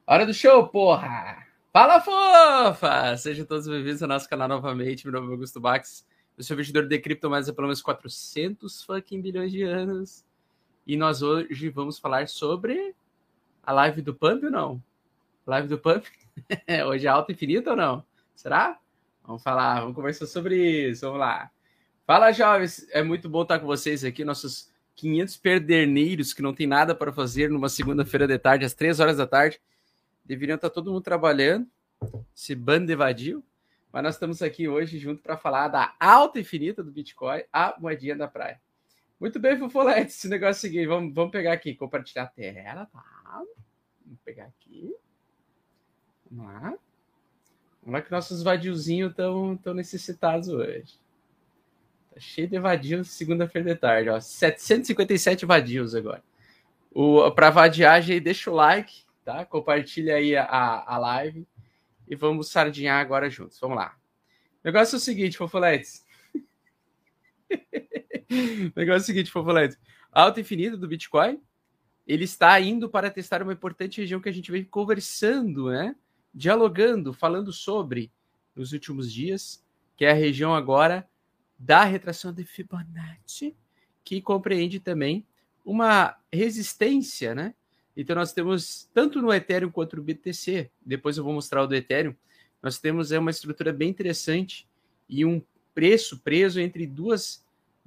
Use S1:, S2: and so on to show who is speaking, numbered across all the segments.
S1: Hora do show, porra! Fala, fofa! Sejam todos bem-vindos ao nosso canal novamente. Meu nome é Augusto Bax. Eu sou investidor de cripto há pelo menos 400 fucking bilhões de anos. E nós hoje vamos falar sobre a live do Pump ou não? Live do Pump? Hoje é alta infinita ou não? Será? Vamos falar, vamos conversar sobre isso. Vamos lá. Fala, jovens! É muito bom estar com vocês aqui, nossos 500 perderneiros que não tem nada para fazer numa segunda-feira de tarde, às 3 horas da tarde. Deveriam estar todo mundo trabalhando, esse bando de vadio, mas nós estamos aqui hoje junto para falar da alta infinita do Bitcoin, a moedinha da praia. Muito bem, Fofolete, esse negócio é o seguinte, vamos pegar aqui, compartilhar a tela, tá? Vamos pegar aqui. Vamos lá. Vamos lá que nossos vadiozinhos estão necessitados hoje. Tá cheio de vadios segunda-feira de tarde, ó. 757 vadios agora. Para vadiagem, deixa o like, tá? Compartilha aí a live e vamos sardinhar agora juntos. Vamos lá. O negócio é o seguinte, Fofoletes. A alta infinita do Bitcoin, ele está indo para testar uma importante região que a gente vem conversando, né? Dialogando, falando sobre nos últimos dias, que é a região agora da retração de Fibonacci, que compreende também uma resistência, né? Então nós temos, tanto no Ethereum quanto no BTC, depois eu vou mostrar o do Ethereum, nós temos uma estrutura bem interessante e um preço preso entre duas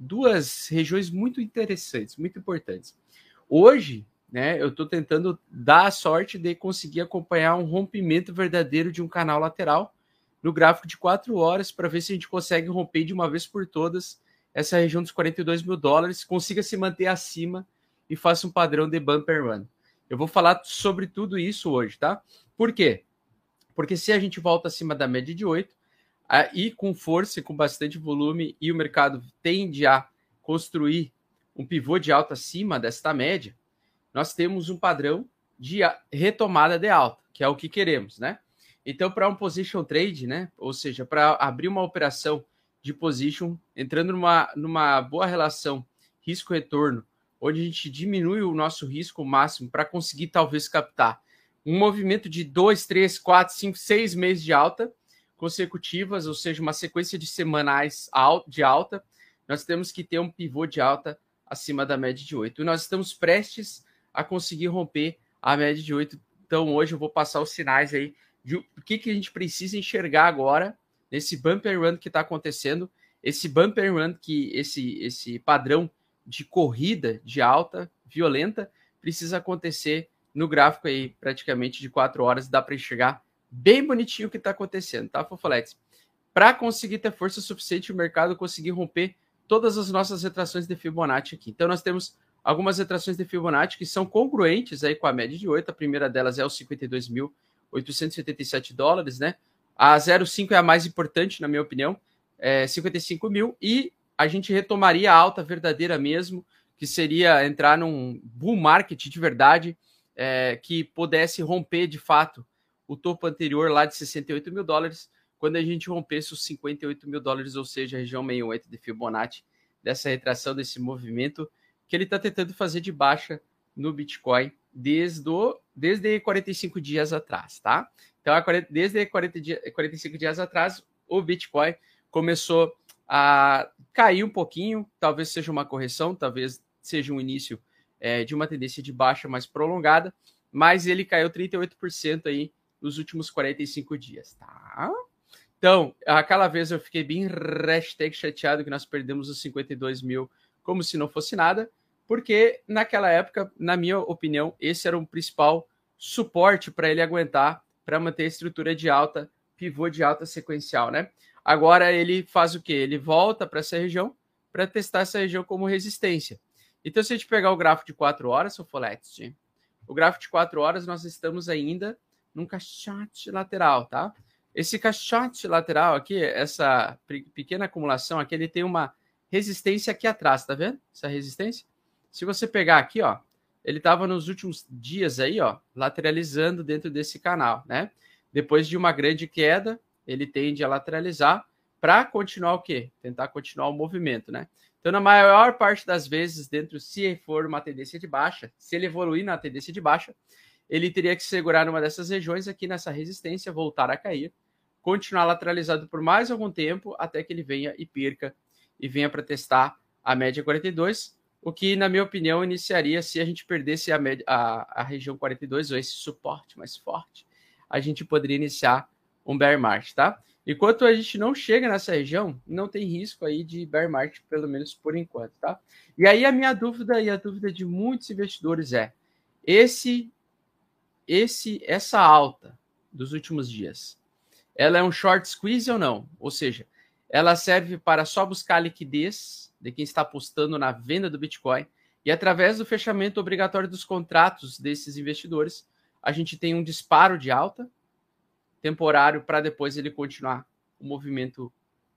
S1: regiões muito interessantes, muito importantes. Hoje, né, eu estou tentando dar a sorte de conseguir acompanhar um rompimento verdadeiro de um canal lateral no gráfico de 4 horas para ver se a gente consegue romper de uma vez por todas essa região dos $42 mil, consiga se manter acima e faça um padrão de bumper run. Eu vou falar sobre tudo isso hoje, tá? Por quê? Porque se a gente volta acima da média de 8, e com força e com bastante volume, e o mercado tende a construir um pivô de alta acima desta média, nós temos um padrão de retomada de alta, que é o que queremos, né? Então, para um position trade, né? Ou seja, para abrir uma operação de position, entrando numa boa relação risco-retorno, onde a gente diminui o nosso risco máximo para conseguir talvez captar um movimento de 2, 3, 4, 5, 6 meses de alta consecutivas, ou seja, uma sequência de semanais de alta, nós temos que ter um pivô de alta acima da média de 8. E nós estamos prestes a conseguir romper a média de 8. Então, hoje eu vou passar os sinais aí de o que a gente precisa enxergar agora nesse bumper run que está acontecendo, esse bumper run que esse padrão de corrida de alta violenta precisa acontecer no gráfico aí praticamente de 4 horas, dá para enxergar bem bonitinho o que está acontecendo, tá, Fofoletes? Para conseguir ter força suficiente o mercado conseguir romper todas as nossas retrações de Fibonacci aqui. Então nós temos algumas retrações de Fibonacci que são congruentes aí com a média de 8, a primeira delas é os $52.877, né? A 0,5 é a mais importante, na minha opinião, 55 mil, e a gente retomaria a alta verdadeira mesmo, que seria entrar num bull market de verdade, que pudesse romper de fato o topo anterior lá de $68 mil, quando a gente rompesse os $58 mil, ou seja, a região 68 de Fibonacci, dessa retração, desse movimento que ele está tentando fazer de baixa no Bitcoin desde 45 dias atrás, tá? Então, desde 45 dias atrás, o Bitcoin começou a cair um pouquinho, talvez seja uma correção, talvez seja um início de uma tendência de baixa mais prolongada, mas ele caiu 38% aí nos últimos 45 dias, tá? Então, aquela vez eu fiquei bem chateado que nós perdemos os 52 mil como se não fosse nada, porque naquela época, na minha opinião, esse era o principal suporte para ele aguentar, para manter a estrutura de alta, pivô de alta sequencial, né? Agora ele faz o quê? Ele volta para essa região, para testar essa região como resistência. Então, se a gente pegar o gráfico de 4 horas, Fofolete, o gráfico de 4 horas, nós estamos ainda num caixote lateral, tá? Esse caixote lateral aqui, essa pequena acumulação aqui, ele tem uma resistência aqui atrás, tá vendo? Essa resistência. Se você pegar aqui, ó, ele estava nos últimos dias aí, ó, lateralizando dentro desse canal, né? Depois de uma grande queda, ele tende a lateralizar para continuar o quê? Tentar continuar o movimento, né? Então, na maior parte das vezes, se for uma tendência de baixa, se ele evoluir na tendência de baixa, ele teria que segurar numa dessas regiões aqui nessa resistência, voltar a cair, continuar lateralizado por mais algum tempo, até que ele venha e perca e venha para testar a média 42, o que, na minha opinião, iniciaria se a gente perdesse a região 42, ou esse suporte mais forte, a gente poderia iniciar um bear market, tá? Enquanto a gente não chega nessa região, não tem risco aí de bear market, pelo menos por enquanto, tá? E aí a minha dúvida e a dúvida de muitos investidores é: essa alta dos últimos dias, ela é um short squeeze ou não? Ou seja, ela serve para só buscar liquidez de quem está apostando na venda do Bitcoin, e através do fechamento obrigatório dos contratos desses investidores, a gente tem um disparo de alta temporário para depois ele continuar o movimento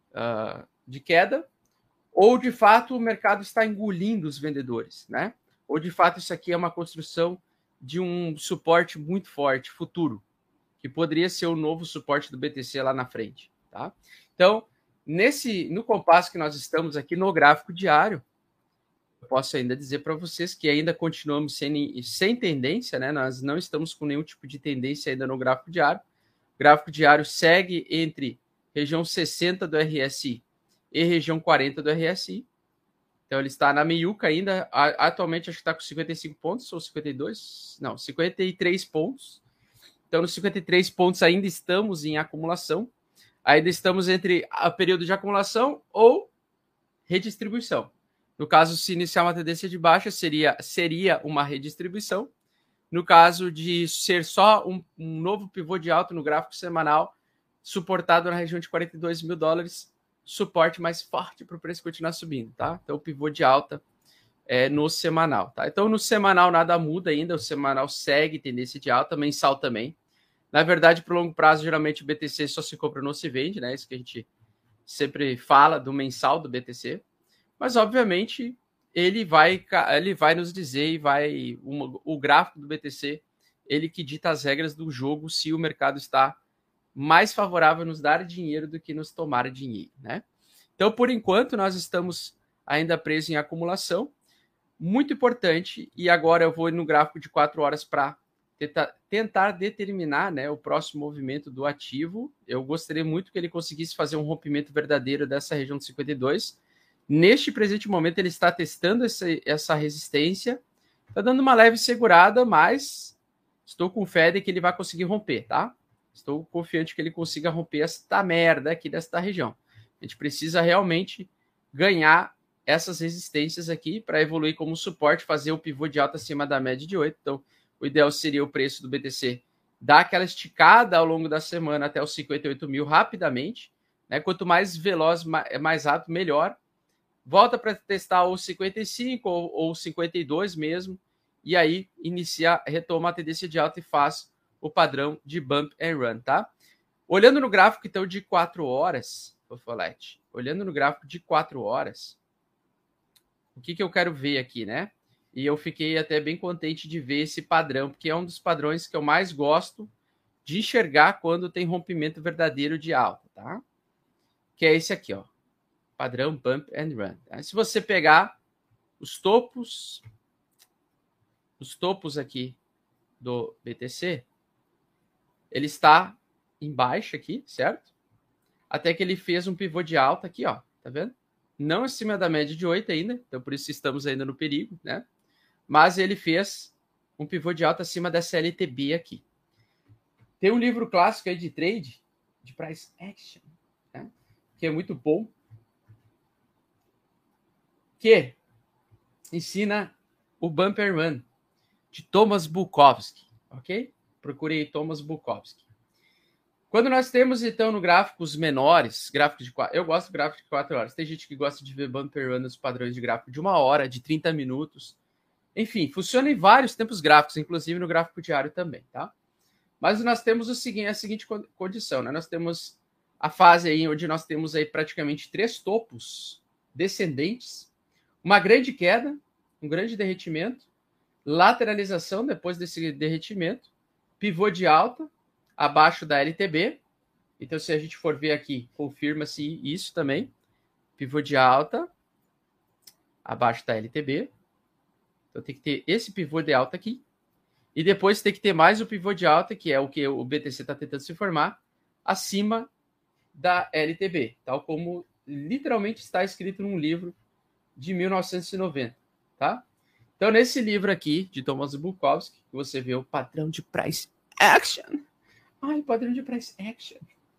S1: de queda, ou de fato o mercado está engolindo os vendedores, né? Ou de fato isso aqui é uma construção de um suporte muito forte futuro, que poderia ser o novo suporte do BTC lá na frente, tá? Então, no compasso que nós estamos aqui no gráfico diário, eu posso ainda dizer para vocês que ainda continuamos sem tendência, né? Nós não estamos com nenhum tipo de tendência ainda no gráfico diário. O gráfico diário segue entre região 60 do RSI e região 40 do RSI. Então, ele está na meiuca ainda. Atualmente, acho que está com 55 pontos, ou 52? Não, 53 pontos. Então, nos 53 pontos ainda estamos em acumulação. Ainda estamos entre o período de acumulação ou redistribuição. No caso, se iniciar uma tendência de baixa, seria uma redistribuição. No caso de ser só um novo pivô de alta no gráfico semanal, suportado na região de 42 mil dólares, suporte mais forte para o preço continuar subindo, tá? Então, o pivô de alta é no semanal, tá? Então, no semanal nada muda ainda, o semanal segue tendência de alta, mensal também. Na verdade, para o longo prazo, geralmente o BTC só se compra, não se vende, né? Isso que a gente sempre fala do mensal do BTC. Mas, obviamente, ele vai nos dizer o gráfico do BTC, ele que dita as regras do jogo se o mercado está mais favorável a nos dar dinheiro do que nos tomar dinheiro, né? Então, por enquanto, nós estamos ainda presos em acumulação, muito importante, e agora eu vou no gráfico de 4 horas para tentar determinar, né, o próximo movimento do ativo. Eu gostaria muito que ele conseguisse fazer um rompimento verdadeiro dessa região de 52. Neste presente momento, ele está testando essa resistência, está dando uma leve segurada, mas estou com fé de que ele vai conseguir romper, tá? Estou confiante que ele consiga romper esta merda aqui desta região. A gente precisa realmente ganhar essas resistências aqui para evoluir como suporte, fazer o pivô de alta acima da média de 8. Então, o ideal seria o preço do BTC dar aquela esticada ao longo da semana até os 58 mil rapidamente, né? Quanto mais veloz, mais rápido, melhor. Volta para testar os 55 ou 52 mesmo, e aí retoma a tendência de alta e faz o padrão de bump and run, tá? Olhando no gráfico, então, de 4 horas, Fofolete, olhando no gráfico de 4 horas, o que eu quero ver aqui, né? E eu fiquei até bem contente de ver esse padrão, porque é um dos padrões que eu mais gosto de enxergar quando tem rompimento verdadeiro de alta, tá? Que é esse aqui, ó. Padrão Bump and Run. Tá? Se você pegar os topos aqui do BTC, ele está em baixa aqui, certo? Até que ele fez um pivô de alta aqui, ó. Tá vendo? Não acima da média de 8 ainda, então por isso estamos ainda no perigo, né? Mas ele fez um pivô de alta acima dessa LTB aqui. Tem um livro clássico aí de trade, de price action, né? Que é muito bom, que ensina o Bump and Run, de Thomas Bukowski, ok? Procurei Thomas Bukowski. Quando nós temos, então, no gráficos menores, gráficos de 4... Eu gosto de gráfico de 4 horas. Tem gente que gosta de ver Bump and Run nos padrões de gráfico de 1 hora, de 30 minutos. Enfim, funciona em vários tempos gráficos, inclusive no gráfico diário também, tá? Mas nós temos a seguinte condição, né? Nós temos a fase aí onde nós temos aí praticamente 3 topos descendentes, uma grande queda, um grande derretimento, lateralização depois desse derretimento, pivô de alta abaixo da LTB. Então, se a gente for ver aqui, confirma-se isso também. Pivô de alta abaixo da LTB. Então, tem que ter esse pivô de alta aqui. E depois tem que ter mais o pivô de alta, que é o que o BTC está tentando se formar, acima da LTB, tal como literalmente está escrito num livro de 1990, tá? Então, nesse livro aqui, de Thomas Bukowski, você vê o padrão de price action. Ai, padrão de price action.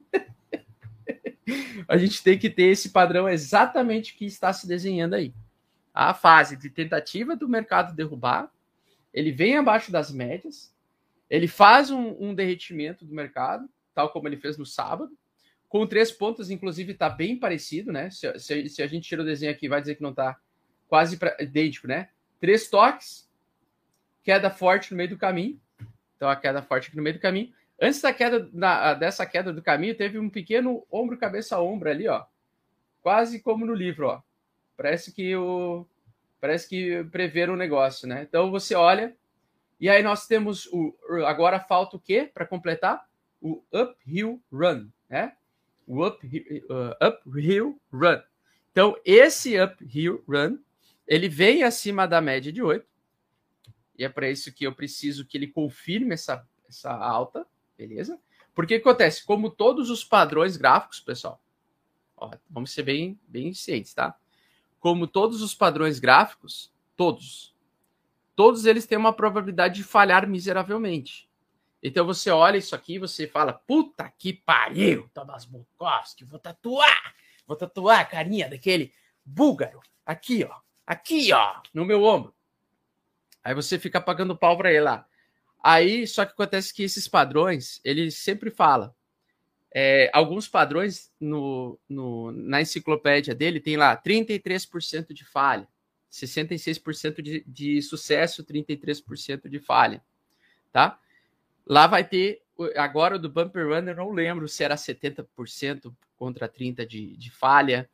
S1: A gente tem que ter esse padrão exatamente que está se desenhando aí. A fase de tentativa do mercado derrubar, ele vem abaixo das médias, ele faz um derretimento do mercado, tal como ele fez no sábado, com 3 pontos, inclusive está bem parecido, né? Se a gente tira o desenho aqui, vai dizer que não está quase idêntico, né? 3 toques, queda forte no meio do caminho. Então, a queda forte aqui no meio do caminho. Antes da queda, dessa queda do caminho, teve um pequeno ombro, cabeça, ombro ali, ó. Quase como no livro, ó. Parece que preveram o negócio, né? Então, você olha, e aí nós temos agora falta o quê para completar? O uphill run, né? O uphill run. Então, esse uphill run, ele vem acima da média de 8, e é para isso que eu preciso que ele confirme essa alta, beleza? Porque o que acontece? Como todos os padrões gráficos, pessoal, ó, vamos ser bem cientes, tá? Como todos os padrões gráficos, todos eles têm uma probabilidade de falhar miseravelmente. Então você olha isso aqui e você fala, puta que pariu, Thomas Bukowski, vou tatuar a carinha daquele búlgaro aqui, ó, no meu ombro. Aí você fica pagando pau para ele lá. Aí, só que acontece que esses padrões, ele sempre fala, alguns padrões na enciclopédia dele tem lá 33% de falha, 66% de sucesso, 33% de falha, tá? Lá vai ter, agora do Bumper Run, eu não lembro se era 70% contra 30% de falha,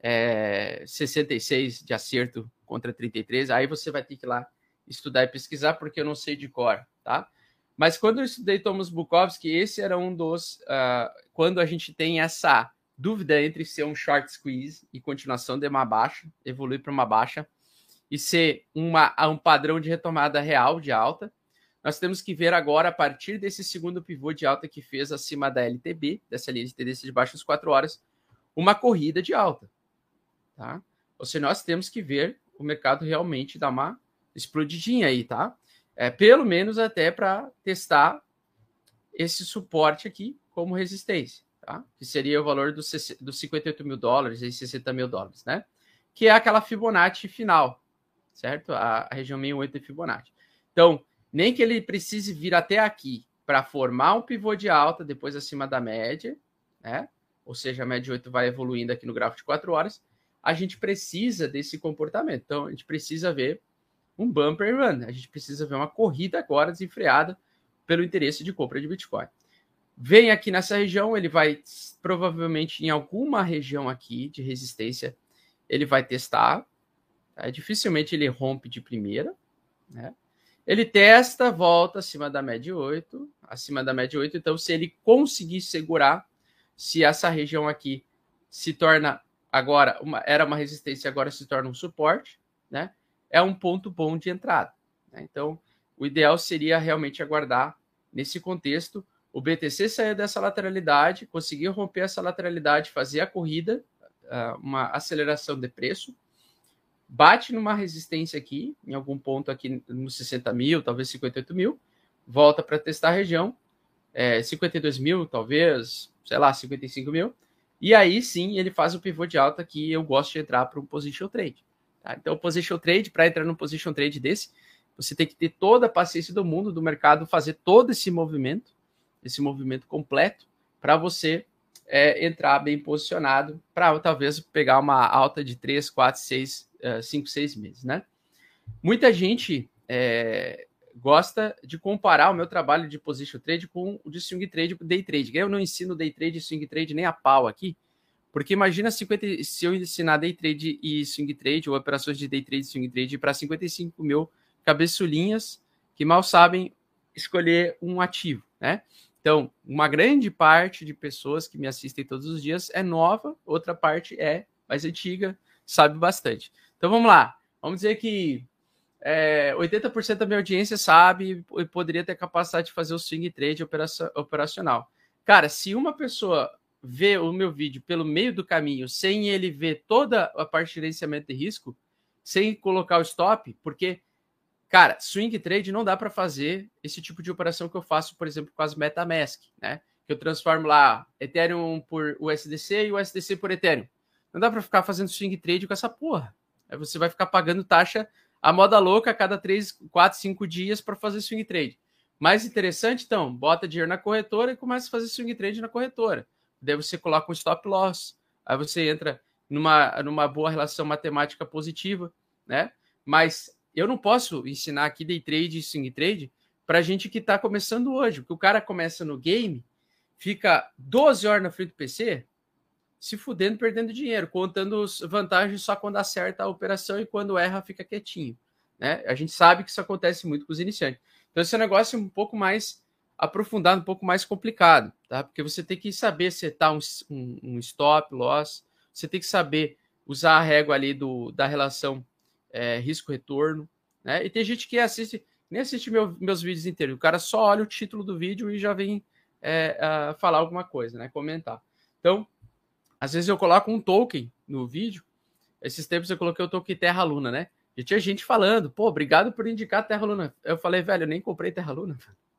S1: 66% de acerto contra 33%, aí você vai ter que ir lá estudar e pesquisar, porque eu não sei de cor, tá? Mas quando eu estudei Thomas Bukowski, esse era um dos... quando a gente tem essa dúvida entre ser um short squeeze e continuação de uma baixa, evoluir para uma baixa, e ser um padrão de retomada real de alta, nós temos que ver agora, a partir desse segundo pivô de alta que fez acima da LTB, dessa linha de tendência de baixo das 4 horas, uma corrida de alta, tá? Ou seja, nós temos que ver o mercado realmente dar uma explodidinha aí, tá? Pelo menos até para testar esse suporte aqui como resistência, tá? Que seria o valor dos 58 mil dólares e 60 mil dólares, né? Que é aquela Fibonacci final, certo? A região 68 de Fibonacci. Então, nem que ele precise vir até aqui para formar um pivô de alta, depois acima da média, né? Ou seja, a média 8 vai evoluindo aqui no gráfico de 4 horas, a gente precisa desse comportamento. Então, a gente precisa ver um bumper run. A gente precisa ver uma corrida agora desenfreada pelo interesse de compra de Bitcoin. Vem aqui nessa região, ele vai provavelmente em alguma região aqui de resistência, ele vai testar. Tá? Dificilmente ele rompe de primeira, né? Ele testa, volta acima da média 8, então se ele conseguir segurar, se essa região aqui se torna agora, era uma resistência, agora se torna um suporte, né? É um ponto bom de entrada, né? Então, o ideal seria realmente aguardar nesse contexto, o BTC sair dessa lateralidade, conseguir romper essa lateralidade, fazer a corrida, uma aceleração de preço, bate numa resistência aqui, em algum ponto aqui nos 60 mil, talvez 58 mil, volta para testar a região, 52 mil, talvez, sei lá, 55 mil, e aí sim ele faz o pivô de alta que eu gosto de entrar para um position trade. Tá? Então, o position trade, para entrar num position trade desse, você tem que ter toda a paciência do mundo, do mercado, fazer todo esse movimento completo, para você entrar bem posicionado, para talvez pegar uma alta de 3, 4, 6, 5, 6 meses, né? Muita gente gosta de comparar o meu trabalho de position trade com o de swing trade, day trade. Eu não ensino day trade e swing trade nem a pau aqui, porque imagina se eu ensinar day trade e swing trade, ou operações de day trade e swing trade para 55 mil cabeçulinhas que mal sabem escolher um ativo, né? Então, uma grande parte de pessoas que me assistem todos os dias é nova, outra parte é mais antiga, sabe bastante. Então, vamos lá. Vamos dizer que 80% da minha audiência sabe e poderia ter capacidade de fazer o swing trade operacional. Cara, se uma pessoa vê o meu vídeo pelo meio do caminho, sem ele ver toda a parte de gerenciamento de risco, sem colocar o stop, porque, cara, swing trade não dá para fazer esse tipo de operação que eu faço, por exemplo, com as MetaMask, né? Que eu transformo lá Ethereum por USDC e USDC por Ethereum. Não dá para ficar fazendo swing trade com essa porra. Aí você vai ficar pagando taxa a moda louca a cada 3, 4, 5 dias para fazer swing trade. Mais interessante, então, bota dinheiro na corretora e começa a fazer swing trade na corretora. Daí você coloca um stop loss, aí você entra numa boa relação matemática positiva, né? Mas eu não posso ensinar aqui day trade e swing trade para gente que está começando hoje, porque o cara começa no game, fica 12 horas na frente do PC, se fudendo, perdendo dinheiro, contando vantagens só quando acerta a operação e quando erra fica quietinho, né? A gente sabe que isso acontece muito com os iniciantes. Então esse negócio é um pouco mais aprofundado, um pouco mais complicado, tá? Porque você tem que saber setar um stop loss, você tem que saber usar a régua ali da relação risco-retorno, né? E tem gente que nem assiste meus vídeos inteiros, o cara só olha o título do vídeo e já vem falar alguma coisa, né? Comentar. Então, às vezes eu coloco um token no vídeo. Esses tempos eu coloquei o token Terra Luna, né? E tinha gente falando, pô, obrigado por indicar Terra Luna. Eu falei, velho, eu nem comprei Terra Luna.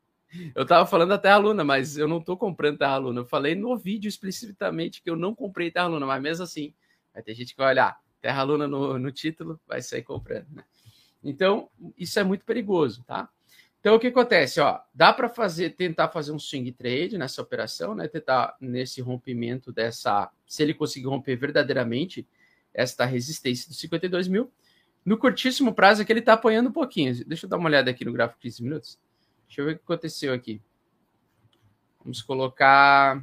S1: Eu tava falando da Terra Luna, mas eu não tô comprando Terra Luna. Eu falei no vídeo explicitamente que eu não comprei Terra Luna, mas mesmo assim, vai ter gente que vai olhar Terra Luna no título, vai sair comprando, né? Então, isso é muito perigoso, tá? Então, o que acontece? Ó, dá para tentar fazer um swing trade nessa operação, né? Tentar nesse rompimento se ele conseguir romper verdadeiramente esta resistência dos 52 mil. No curtíssimo prazo é que ele está apoiando um pouquinho. Deixa eu dar uma olhada aqui no gráfico de 15 minutos. Deixa eu ver o que aconteceu aqui. Vamos colocar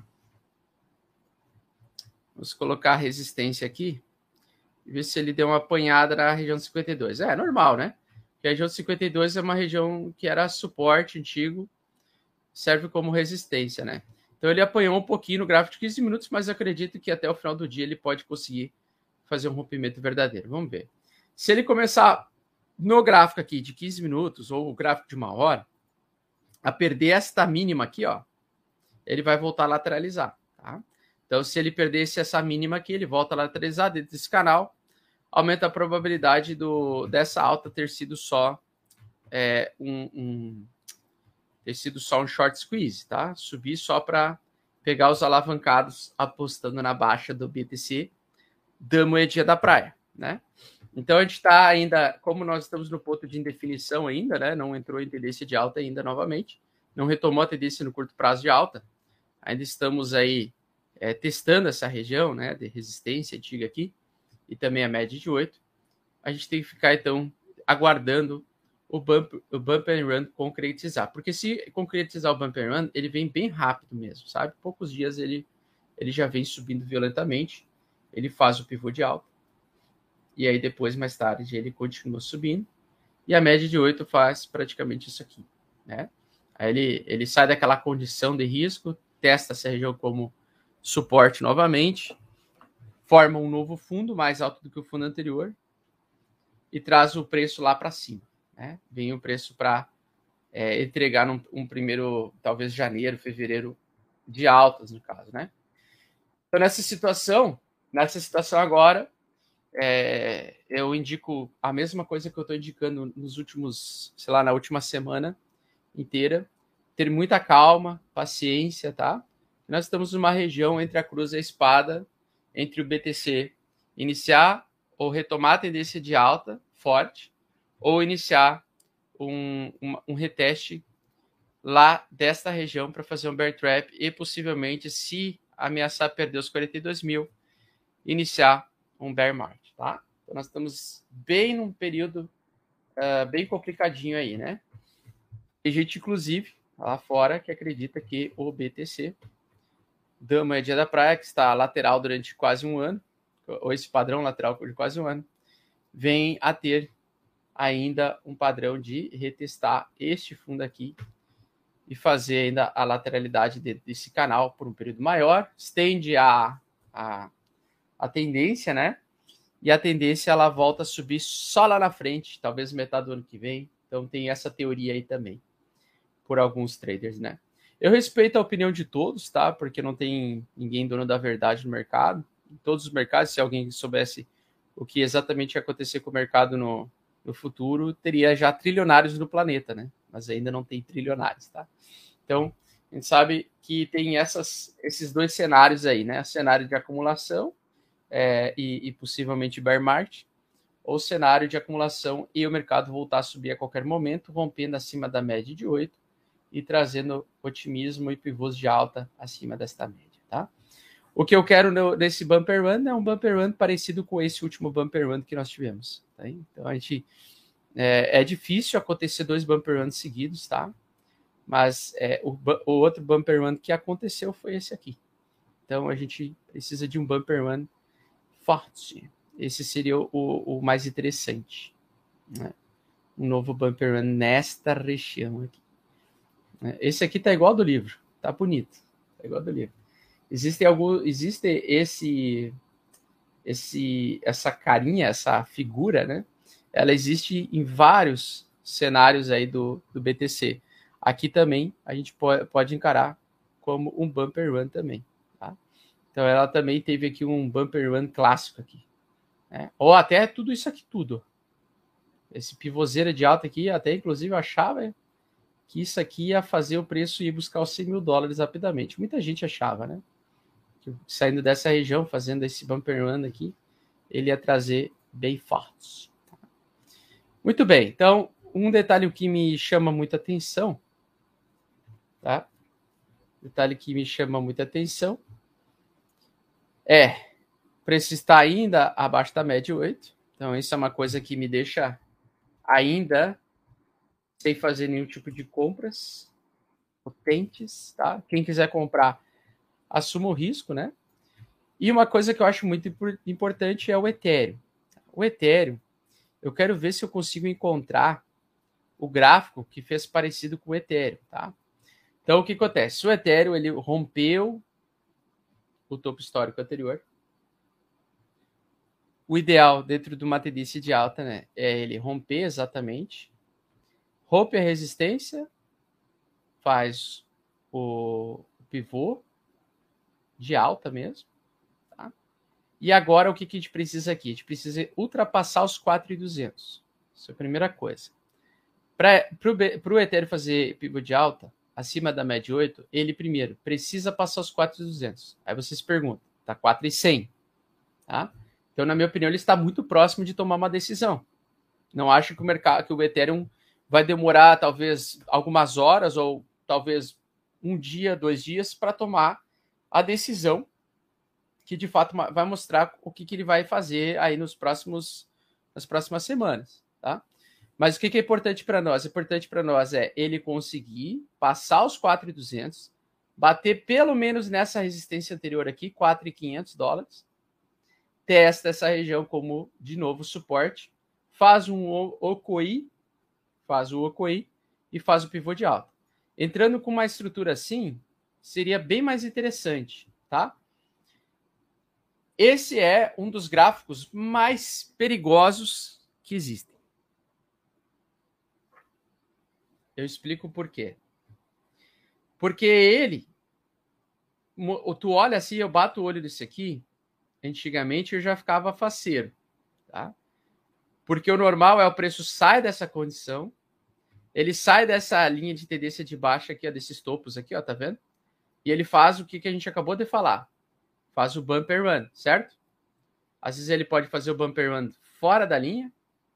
S1: a resistência aqui e ver se ele deu uma apanhada na região de 52. É normal, né? Porque a região de 52 é uma região que era suporte antigo, serve como resistência, né? Então ele apanhou um pouquinho no gráfico de 15 minutos, mas acredito que até o final do dia ele pode conseguir fazer um rompimento verdadeiro. Vamos ver. Se ele começar no gráfico aqui de 15 minutos ou o gráfico de 1 hora, a perder esta mínima aqui, ó, ele vai voltar a lateralizar, tá? Então, se ele perdesse essa mínima aqui, ele volta a lateralizar dentro desse canal, aumenta a probabilidade dessa alta ter sido só um short squeeze, tá? Subir só para pegar os alavancados apostando na baixa do BTC da moedinha da praia, né? Então a gente está ainda, como nós estamos no ponto de indefinição ainda, né? Não entrou em tendência de alta ainda novamente, não retomou a tendência no curto prazo de alta. Ainda estamos aí testando essa região, né? De resistência antiga aqui e também a média de 8. A gente tem que ficar então aguardando o bump and run concretizar, porque se concretizar o bump and run, ele vem bem rápido mesmo, sabe? Poucos dias ele já vem subindo violentamente, ele faz o pivô de alta. E aí depois, mais tarde, ele continua subindo. E a média de 8 faz praticamente isso aqui, né? Aí ele sai daquela condição de risco, testa essa região como suporte novamente, forma um novo fundo mais alto do que o fundo anterior e traz o preço lá para cima, né? Vem o preço para entregar um primeiro, talvez janeiro, fevereiro, de altas, no caso, né? Então, nessa situação agora, eu indico a mesma coisa que eu estou indicando nos últimos, sei lá, na última semana inteira, ter muita calma, paciência, tá? Nós estamos numa região entre a cruz e a espada, entre o BTC iniciar ou retomar a tendência de alta forte, ou iniciar um reteste lá desta região para fazer um bear trap e possivelmente, se ameaçar perder os 42 mil, iniciar um bear market, tá? Então nós estamos bem num período bem complicadinho aí, né? Tem gente, inclusive, lá fora que acredita que o BTC da moedinha da praia, que está lateral durante quase um ano, ou esse padrão lateral de quase um ano, vem a ter ainda um padrão de retestar este fundo aqui e fazer ainda a lateralidade desse canal por um período maior, estende a tendência, né? e a tendência ela volta a subir só lá na frente, talvez metade do ano que vem. Então tem essa teoria aí também, por alguns traders, né? Eu respeito a opinião de todos, tá? Porque não tem ninguém dono da verdade no mercado. Em todos os mercados, se alguém soubesse o que exatamente ia acontecer com o mercado no futuro, teria já trilionários no planeta, né? Mas ainda não tem trilionários, tá? Então, a gente sabe que tem esses dois cenários aí, né? O cenário de acumulação e possivelmente bear market, ou cenário de acumulação e o mercado voltar a subir a qualquer momento, rompendo acima da média de 8 e trazendo otimismo e pivôs de alta acima desta média, tá? O que eu quero nesse bumper run é um bumper run parecido com esse último bumper run que nós tivemos, tá? Então a gente é difícil acontecer 2 bumper runs seguidos, tá? Mas o outro bumper run que aconteceu foi esse aqui. Então a gente precisa de um bumper run forte. Esse seria o mais interessante, né? Um novo bumper run nesta região aqui. Esse aqui tá igual ao do livro, tá bonito, tá igual ao do livro. Existe essa carinha, essa figura, né? Ela existe em vários cenários aí do BTC. Aqui também a gente pode encarar como um bumper run também, tá? Então ela também teve aqui um bumper run clássico aqui, né? Ou até tudo isso aqui tudo. Esse pivôzeira de alta aqui, até inclusive eu achava que isso aqui ia fazer o preço ir buscar os 100 mil dólares rapidamente. Muita gente achava, né? Que saindo dessa região, fazendo esse bumper run aqui, ele ia trazer bem fortes. Muito bem, então, um detalhe que me chama muita atenção, tá? Detalhe que me chama muita atenção o preço está ainda abaixo da média 8, então isso é uma coisa que me deixa ainda sem fazer nenhum tipo de compras potentes, tá? Quem quiser comprar, assuma o risco, né? E uma coisa que eu acho muito importante é o Ethereum. O Ethereum, eu quero ver se eu consigo encontrar o gráfico que fez parecido com o Ethereum, tá? Então, o que acontece? O Ethereum, ele rompeu o topo histórico anterior. O ideal dentro de uma tendência de alta, né, é ele romper exatamente, rompe a resistência, faz o pivô de alta mesmo, tá? E agora o que a gente precisa aqui? A gente precisa ultrapassar os 4.200. Essa é a primeira coisa. Para o Ethereum fazer pivô de alta, acima da média 8, ele primeiro precisa passar os 4.200. Aí você se pergunta, tá 4.100, tá? Então, na minha opinião, ele está muito próximo de tomar uma decisão. Não acho que o Ethereum vai demorar talvez algumas horas ou talvez um dia, 2 dias para tomar a decisão que de fato vai mostrar o que ele vai fazer aí nas próximas semanas, tá? Mas o que é importante para nós? Importante para nós é ele conseguir passar os 4.200, bater pelo menos nessa resistência anterior aqui, 4.500 dólares, testa essa região como, de novo, suporte, faz um OKI e faz o pivô de alta. Entrando com uma estrutura assim, seria bem mais interessante, tá? Esse é um dos gráficos mais perigosos que existem. Eu explico por quê. Porque ele, tu olha assim, eu bato o olho nesse aqui, antigamente eu já ficava faceiro, tá? Porque o normal é o preço sai dessa condição, ele sai dessa linha de tendência de baixa aqui, ó, desses topos aqui, ó, tá vendo? E ele faz o que a gente acabou de falar. Faz o bumper run, certo? Às vezes ele pode fazer o bumper run fora da linha.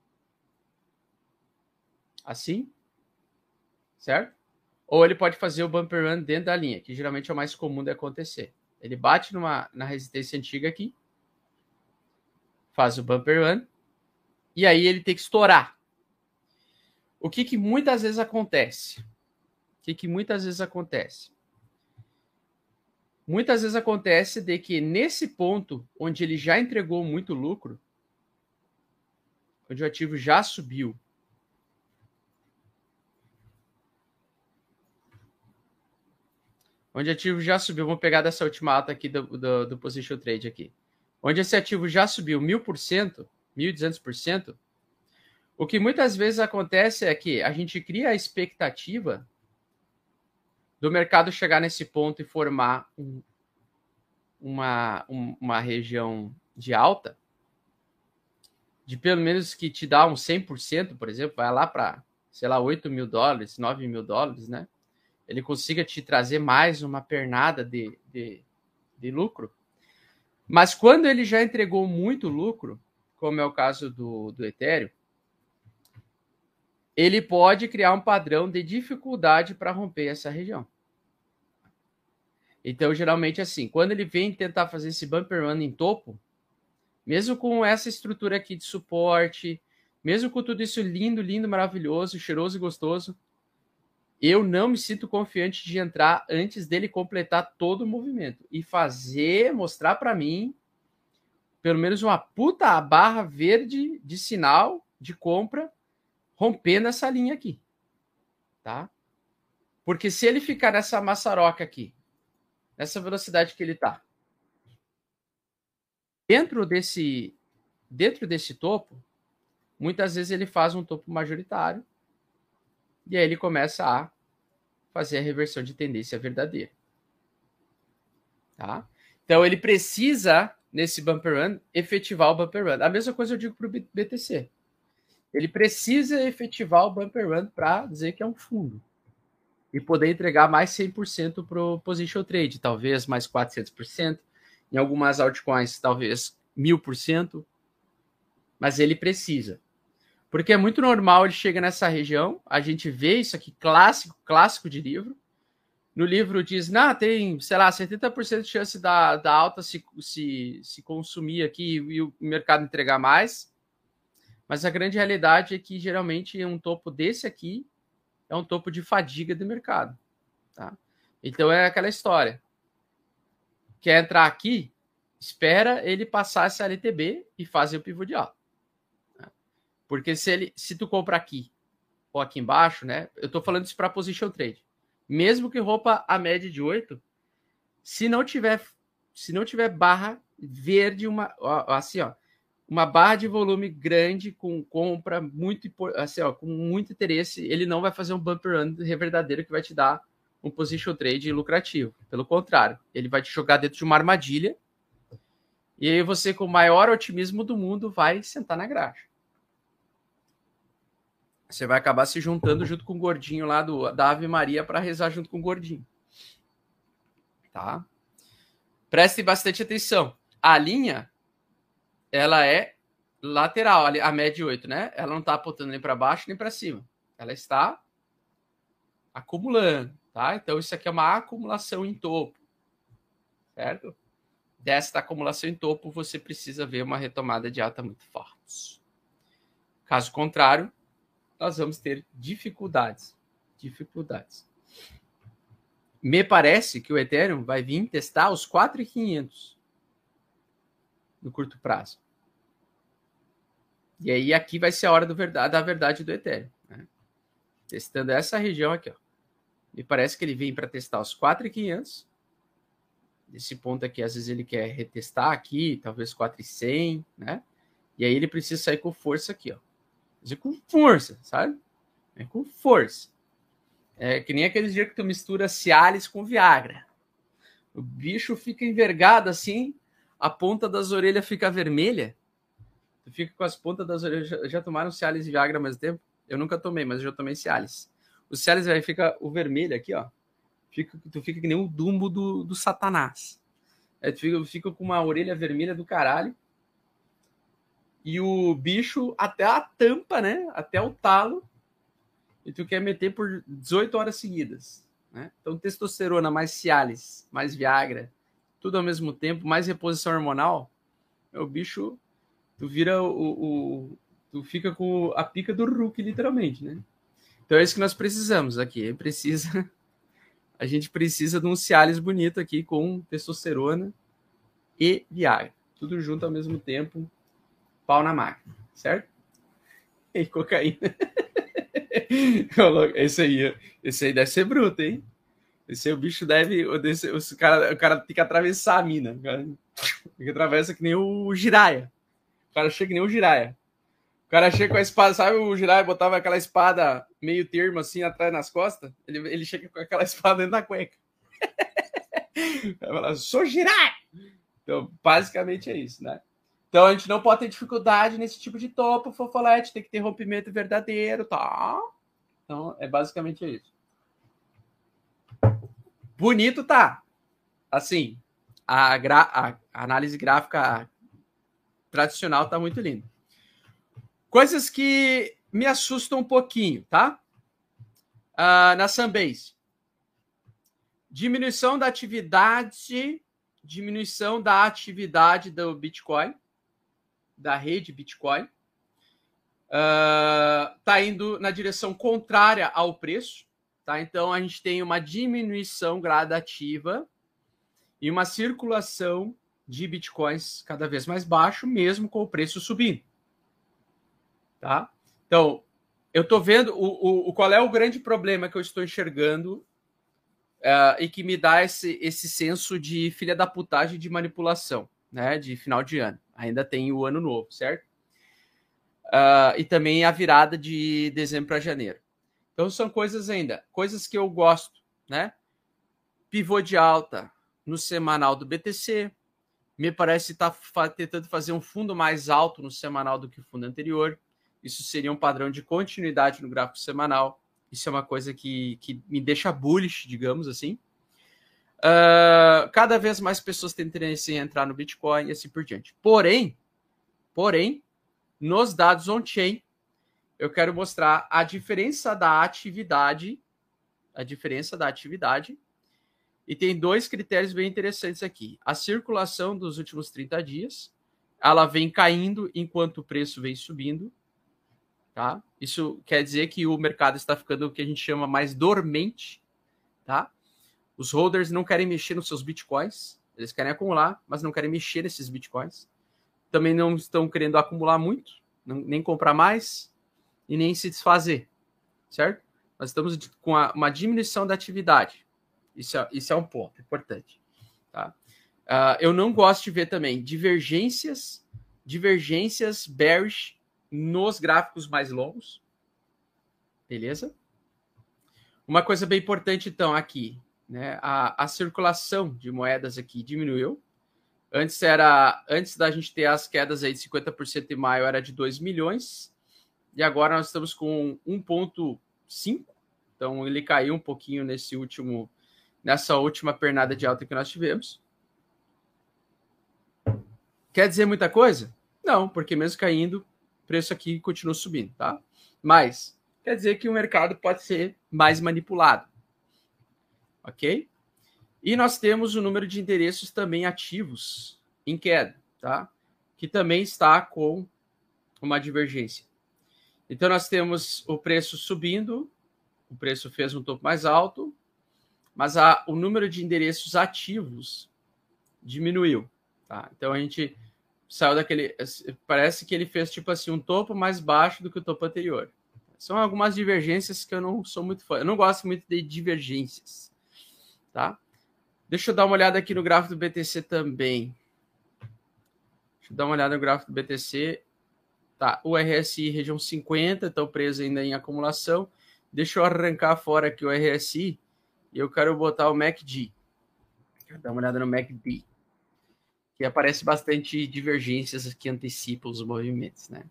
S1: Assim. Certo? Ou ele pode fazer o bumper run dentro da linha, que geralmente é o mais comum de acontecer. Ele bate na resistência antiga aqui, faz o bumper run, e aí ele tem que estourar. O que muitas vezes acontece? Muitas vezes acontece de que nesse ponto, onde ele já entregou muito lucro, onde o ativo já subiu, vamos pegar dessa última alta aqui do Position Trade aqui. onde esse ativo já subiu 1.000%, 1.200%, o que muitas vezes acontece é que a gente cria a expectativa do mercado chegar nesse ponto e formar uma região de alta, de pelo menos que te dá um 100%, por exemplo, vai lá para, sei lá, 8 mil dólares, 9 mil dólares, né? Ele consiga te trazer mais uma pernada de lucro. Mas quando ele já entregou muito lucro, como é o caso do Ethereum, ele pode criar um padrão de dificuldade para romper essa região. Então, geralmente, assim, quando ele vem tentar fazer esse bumper run em topo, mesmo com essa estrutura aqui de suporte, mesmo com tudo isso lindo, lindo, maravilhoso, cheiroso e gostoso, eu não me sinto confiante de entrar antes dele completar todo o movimento e mostrar para mim, pelo menos uma puta barra verde de sinal de compra rompendo essa linha aqui, tá? Porque se ele ficar nessa maçaroca aqui, nessa velocidade que ele tá, dentro desse topo, muitas vezes ele faz um topo majoritário e aí ele começa a fazer a reversão de tendência verdadeira. Tá? Então ele precisa, nesse bumper run, efetivar o bumper run. A mesma coisa eu digo para o BTC. Ele precisa efetivar o bumper run para dizer que é um fundo. E poder entregar mais 100% para o position trade, talvez mais 400%. Em algumas altcoins, talvez 1000%. Mas ele precisa. Porque é muito normal, ele chega nessa região, a gente vê isso aqui, clássico de livro. No livro diz, tem, sei lá, 70% de chance da alta se consumir aqui e o mercado entregar mais. Mas a grande realidade é que, geralmente, um topo desse aqui é um topo de fadiga do mercado. Tá? Então, é aquela história. Quer entrar aqui, espera ele passar essa LTB e fazer o pivô de alta. Porque se tu compra aqui ou aqui embaixo, né? Eu tô falando isso para position trade. Mesmo que rompa a média de 8, se não tiver barra verde, uma barra de volume grande com compra muito assim, com muito interesse, ele não vai fazer um bumper run verdadeiro que vai te dar um position trade lucrativo. Pelo contrário, ele vai te jogar dentro de uma armadilha e aí você, com o maior otimismo do mundo, vai sentar na graxa. Você vai acabar se juntando junto com o gordinho lá da Ave Maria para rezar junto com o gordinho. Tá? Preste bastante atenção. A linha, ela é lateral, a média 8, né? Ela não está apontando nem para baixo nem para cima. Ela está acumulando, tá? Então, isso aqui é uma acumulação em topo. Certo? Desta acumulação em topo, você precisa ver uma retomada de alta muito forte. Caso contrário, nós vamos ter dificuldades. Me parece que o Ethereum vai vir testar os 4.500 no curto prazo. E aí aqui vai ser a hora da verdade do Ethereum. Né? Testando essa região aqui. Ó. Me parece que ele vem para testar os 4.500. Nesse ponto aqui, às vezes ele quer retestar aqui, talvez 4.100, né? E aí ele precisa sair com força aqui, ó. Fazer com força, sabe? É com força. É que nem aqueles dias que tu mistura Cialis com Viagra. O bicho fica envergado assim, a ponta das orelhas fica vermelha. Tu fica com as pontas das orelhas. Já tomaram Cialis e Viagra ao mesmo tempo? Eu nunca tomei, mas eu já tomei Cialis. O Cialis aí fica o vermelho aqui, ó. Tu fica que nem o Dumbo do Satanás. Tu fica com uma orelha vermelha do caralho. E o bicho até a tampa, né? Até o talo. E tu quer meter por 18 horas seguidas. Né? Então, testosterona, mais Cialis, mais Viagra, tudo ao mesmo tempo, mais reposição hormonal. O bicho, tu vira tu fica com a pica do Hulk, literalmente, né? Então, é isso que nós precisamos aqui. A gente precisa de um Cialis bonito aqui com testosterona e Viagra. Tudo junto ao mesmo tempo. Pau na máquina, certo? E cocaína. Esse aí deve ser bruto, hein? Esse aí, o bicho deve... O cara tem que atravessar a mina. O cara atravessa que nem o Jiraiya. O cara chega que nem o Jiraiya. O cara chega com a espada, sabe, o Jiraiya botava aquela espada meio termo assim atrás nas costas, ele chega com aquela espada dentro da cueca. Ele fala, sou Jiraiya! Então, basicamente é isso, né? Então, a gente não pode ter dificuldade nesse tipo de topo, Fofolete, tem que ter rompimento verdadeiro, tá? Então, é basicamente isso. Bonito, tá? Assim, a análise gráfica tradicional tá muito linda. Coisas que me assustam um pouquinho, tá? Na Sunbase. Diminuição da atividade do Bitcoin, da rede Bitcoin. Tá indo na direção contrária ao preço, tá? Então a gente tem uma diminuição gradativa e uma circulação de Bitcoins cada vez mais baixo, mesmo com o preço subindo. Tá? Então, eu estou vendo qual é o grande problema que eu estou enxergando e que me dá esse senso de filha da putagem de manipulação, né? De final de ano. Ainda tem o ano novo, certo? E também a virada de dezembro para janeiro. Então, são coisas que eu gosto, né? Pivô de alta no semanal do BTC. Me parece estar tentando fazer um fundo mais alto no semanal do que o fundo anterior. Isso seria um padrão de continuidade no gráfico semanal. Isso é uma coisa que me deixa bullish, digamos assim. Cada vez mais pessoas têm interesse em entrar no Bitcoin e assim por diante. Porém, nos dados on-chain, eu quero mostrar a diferença da atividade. E tem dois critérios bem interessantes aqui. A circulação dos últimos 30 dias, ela vem caindo enquanto o preço vem subindo. Tá? Isso quer dizer que o mercado está ficando o que a gente chama mais dormente. Tá? Os holders não querem mexer nos seus bitcoins. Eles querem acumular, mas não querem mexer nesses bitcoins. Também não estão querendo acumular muito, nem comprar mais e nem se desfazer. Certo? Nós estamos com uma diminuição da atividade. Isso é um ponto importante. Tá? Eu não gosto de ver também divergências bearish nos gráficos mais longos. Beleza? Uma coisa bem importante, então, aqui, né? A circulação de moedas aqui diminuiu. Antes da gente ter as quedas aí de 50% em maio, era de 2 milhões. E agora nós estamos com 1,5. Então, ele caiu um pouquinho nessa última pernada de alta que nós tivemos. Quer dizer muita coisa? Não, porque mesmo caindo, o preço aqui continua subindo, tá? Mas quer dizer que o mercado pode ser mais manipulado. Ok? E nós temos o número de endereços também ativos em queda, tá? Que também está com uma divergência. Então, nós temos o preço subindo, o preço fez um topo mais alto, mas o número de endereços ativos diminuiu, tá? Então, a gente saiu daquele... Parece que ele fez, tipo assim, um topo mais baixo do que o topo anterior. São algumas divergências que eu não sou muito fã. Eu não gosto muito de divergências, tá? Deixa eu dar uma olhada aqui no gráfico do BTC também. Deixa eu dar uma olhada no gráfico do BTC. Tá, o RSI região 50, está preso ainda em acumulação. Deixa eu arrancar fora aqui o RSI e eu quero botar o MACD. Quero dar uma olhada no MACD. Que aparece bastante divergências que antecipam os movimentos, né?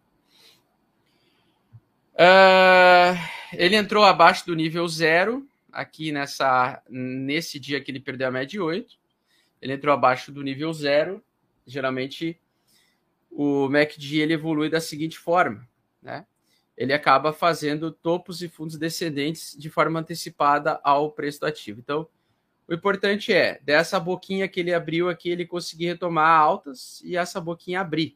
S1: Ele entrou abaixo do nível 0, aqui nesse dia que ele perdeu a média de 8. Ele entrou abaixo do nível 0. Geralmente, o MACD ele evolui da seguinte forma, né? Ele acaba fazendo topos e fundos descendentes de forma antecipada ao preço do ativo. Então, o importante é, dessa boquinha que ele abriu aqui, ele conseguir retomar altas e essa boquinha abrir.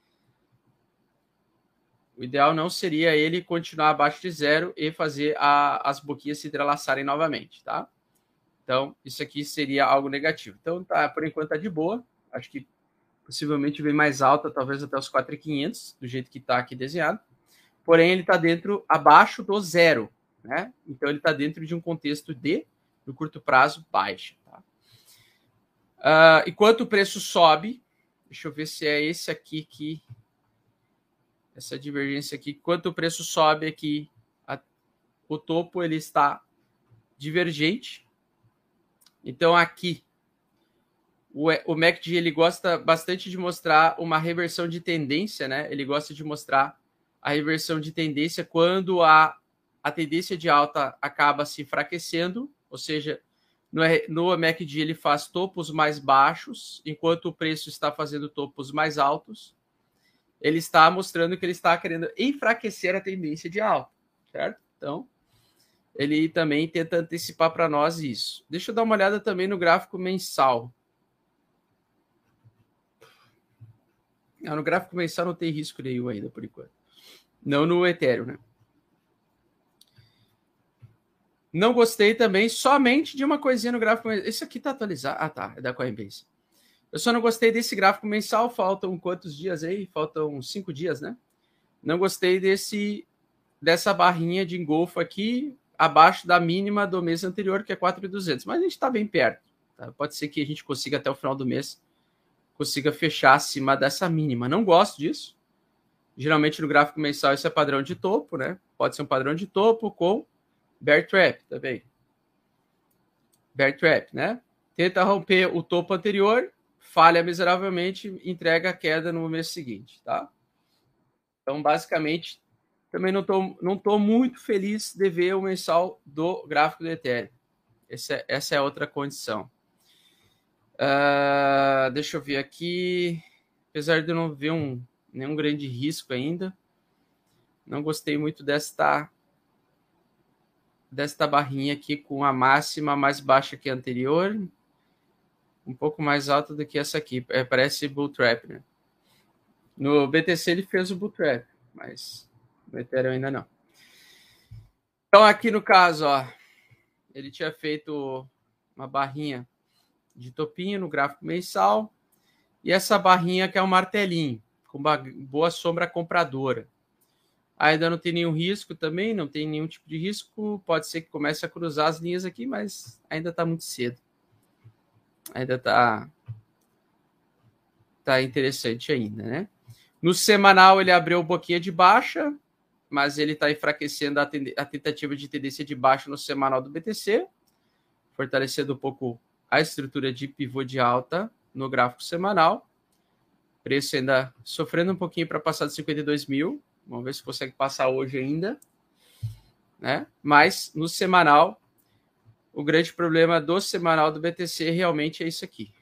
S1: O ideal não seria ele continuar abaixo de 0 e fazer as boquinhas se entrelaçarem novamente, tá? Então, isso aqui seria algo negativo. Então, tá, por enquanto tá de boa. Acho que possivelmente vem mais alta, talvez até os 4.500, do jeito que está aqui desenhado. Porém, ele está abaixo do 0, né? Então, ele está dentro de um contexto de no curto prazo, baixa. Tá? Enquanto o preço sobe, deixa eu ver se é esse aqui que... Essa divergência aqui, enquanto o preço sobe aqui, o topo ele está divergente. Então aqui, o MACD ele gosta bastante de mostrar uma reversão de tendência, né? Ele gosta de mostrar a reversão de tendência quando a tendência de alta acaba se enfraquecendo, ou seja, no MACD ele faz topos mais baixos, enquanto o preço está fazendo topos mais altos. Ele está mostrando que ele está querendo enfraquecer a tendência de alta, certo? Então, ele também tenta antecipar para nós isso. Deixa eu dar uma olhada também no gráfico mensal. No gráfico mensal não tem risco nenhum ainda, por enquanto. Não no Ethereum, né? Não gostei também somente de uma coisinha no gráfico mensal. Esse aqui está atualizado. Ah, tá. É da Coinbase. Eu só não gostei desse gráfico mensal. Faltam quantos dias aí? Faltam 5 dias, né? Não gostei dessa barrinha de engolfo aqui abaixo da mínima do mês anterior, que é 4.200. Mas a gente está bem perto. Tá? Pode ser que a gente consiga até o final do mês consiga fechar acima dessa mínima. Não gosto disso. Geralmente no gráfico mensal isso é padrão de topo, né? Pode ser um padrão de topo com bear trap também. Bear trap, né? Tenta romper o topo anterior, falha miseravelmente, entrega a queda no mês seguinte, tá? Então, basicamente, também não tô muito feliz de ver o mensal do gráfico do Ethereum. Essa é outra condição. Deixa eu ver aqui. Apesar de eu não ver nenhum grande risco ainda, não gostei muito desta barrinha aqui com a máxima mais baixa que a anterior, um pouco mais alta do que essa aqui. Parece bull trap, né? No BTC ele fez o bull trap, mas no Ethereum ainda não. Então aqui no caso, ó, ele tinha feito uma barrinha de topinho no gráfico mensal e essa barrinha que é um martelinho com uma boa sombra compradora. Ainda não tem nenhum risco também, não tem nenhum tipo de risco. Pode ser que comece a cruzar as linhas aqui, mas ainda está muito cedo. Ainda está interessante ainda, né? No semanal ele abriu boquinha de baixa, mas ele está enfraquecendo a tentativa de tendência de baixa no semanal do BTC, fortalecendo um pouco a estrutura de pivô de alta no gráfico semanal. Preço ainda sofrendo um pouquinho para passar de 52 mil. Vamos ver se consegue passar hoje ainda, né? Mas no semanal, o grande problema do semanal do BTC realmente é isso aqui.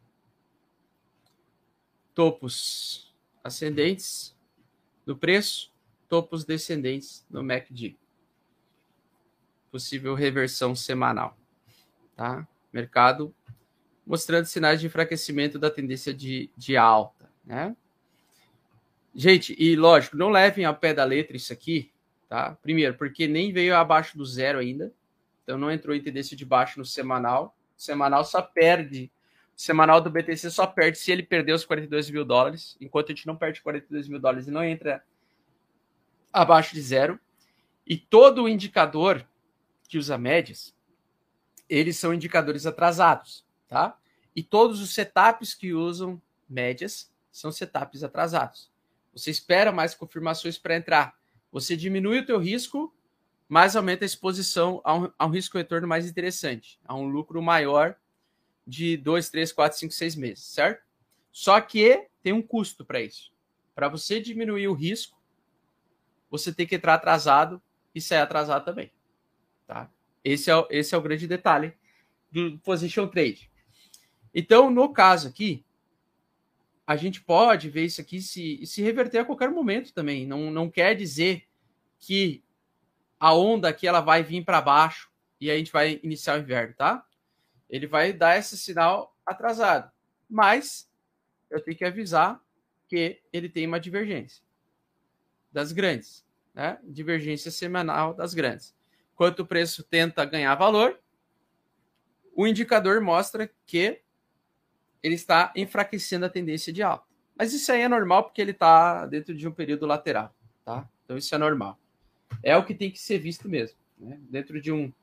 S1: Topos ascendentes no preço, topos descendentes no MACD. Possível reversão semanal, tá? Mercado mostrando sinais de enfraquecimento da tendência de alta, né? Gente, e lógico, não levem ao pé da letra isso aqui, tá? Primeiro, porque nem veio abaixo do zero ainda, então não entrou em tendência de baixo no semanal. O semanal só perde, o semanal do BTC só perde se ele perder os 42 mil dólares, enquanto a gente não perde 42 mil dólares e não entra abaixo de zero. E todo o indicador que usa médias, eles são indicadores atrasados, tá? E todos os setups que usam médias são setups atrasados. Você espera mais confirmações para entrar. Você diminui o teu risco, mas aumenta a exposição a um risco-retorno mais interessante, a um lucro maior de 2, 3, 4, 5, 6 meses, certo? Só que tem um custo para isso. Para você diminuir o risco, você tem que entrar atrasado e sair atrasado também, tá? Esse é o grande detalhe do position trade. Então, no caso aqui, a gente pode ver isso aqui se reverter a qualquer momento também. Não quer dizer que a onda aqui ela vai vir para baixo e a gente vai iniciar o inverno, tá? Ele vai dar esse sinal atrasado. Mas eu tenho que avisar que ele tem uma divergência das grandes, né? Divergência semanal das grandes. Quanto o preço tenta ganhar valor, o indicador mostra que ele está enfraquecendo a tendência de alta. Mas isso aí é normal porque ele está dentro de um período lateral, tá? Então isso é normal. É o que tem que ser visto mesmo, né? Dentro de um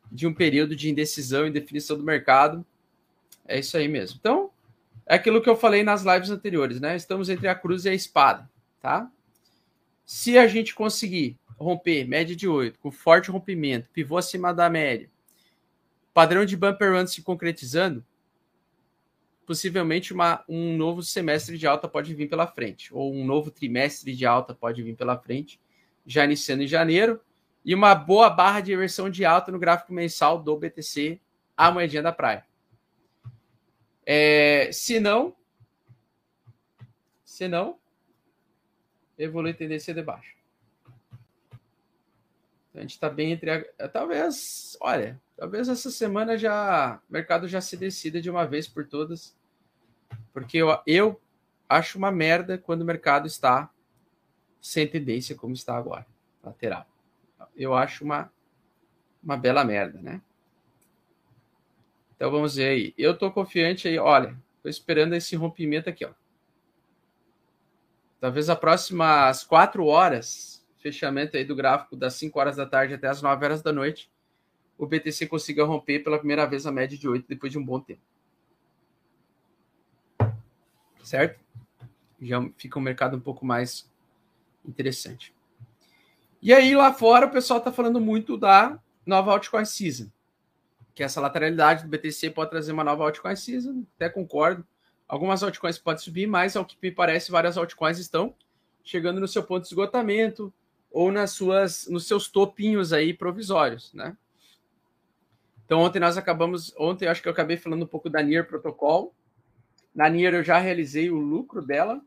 S1: de um período de indecisão e indefinição do mercado. É isso aí mesmo. Então, é aquilo que eu falei nas lives anteriores, né? Estamos entre a cruz e a espada, tá? Se a gente conseguir romper média de 8, com forte rompimento, pivô acima da média, padrão de bumper run se concretizando, possivelmente um novo semestre de alta pode vir pela frente, ou um novo trimestre de alta pode vir pela frente, já iniciando em janeiro, e uma boa barra de reversão de alta no gráfico mensal do BTC, a moedinha da praia. Se não, evolui tendência de baixo. Então, a gente está bem entre talvez essa semana o mercado já se decida de uma vez por todas, porque eu acho uma merda quando o mercado está sem tendência como está agora, lateral. Eu acho uma bela merda, né? Então vamos ver aí. Eu tô confiante aí, olha, tô esperando esse rompimento aqui, ó. Talvez as próximas 4 horas, fechamento aí do gráfico das 5 horas da tarde até as 9 horas da noite, o BTC consiga romper pela primeira vez a média de 8 depois de um bom tempo. Certo? Já fica um mercado um pouco mais interessante. E aí lá fora o pessoal tá falando muito da nova altcoin season, que essa lateralidade do BTC pode trazer uma nova altcoin season, até concordo. Algumas altcoins podem subir, mas ao que me parece, várias altcoins estão chegando no seu ponto de esgotamento ou nos seus topinhos aí provisórios, né? Então ontem eu acho que eu acabei falando um pouco da Near Protocol. Na Near eu já realizei o lucro dela.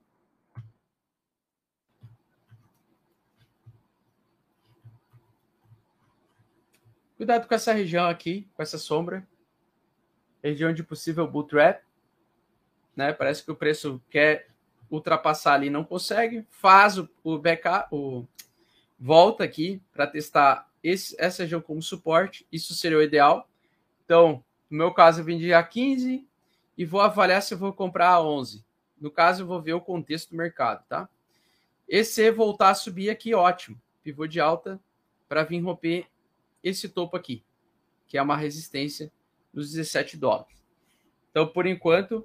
S1: Cuidado com essa região aqui, com essa sombra. Região de possível bull trap. Né? Parece que o preço quer ultrapassar ali, não consegue. Faz o backup, volta aqui para testar essa região como suporte. Isso seria o ideal. Então, no meu caso, eu vendi a 15 e vou avaliar se eu vou comprar a 11. No caso, eu vou ver o contexto do mercado, tá? E se voltar a subir aqui, ótimo. Pivô de alta para vir romper esse topo aqui, que é uma resistência dos 17 dólares. Então, por enquanto,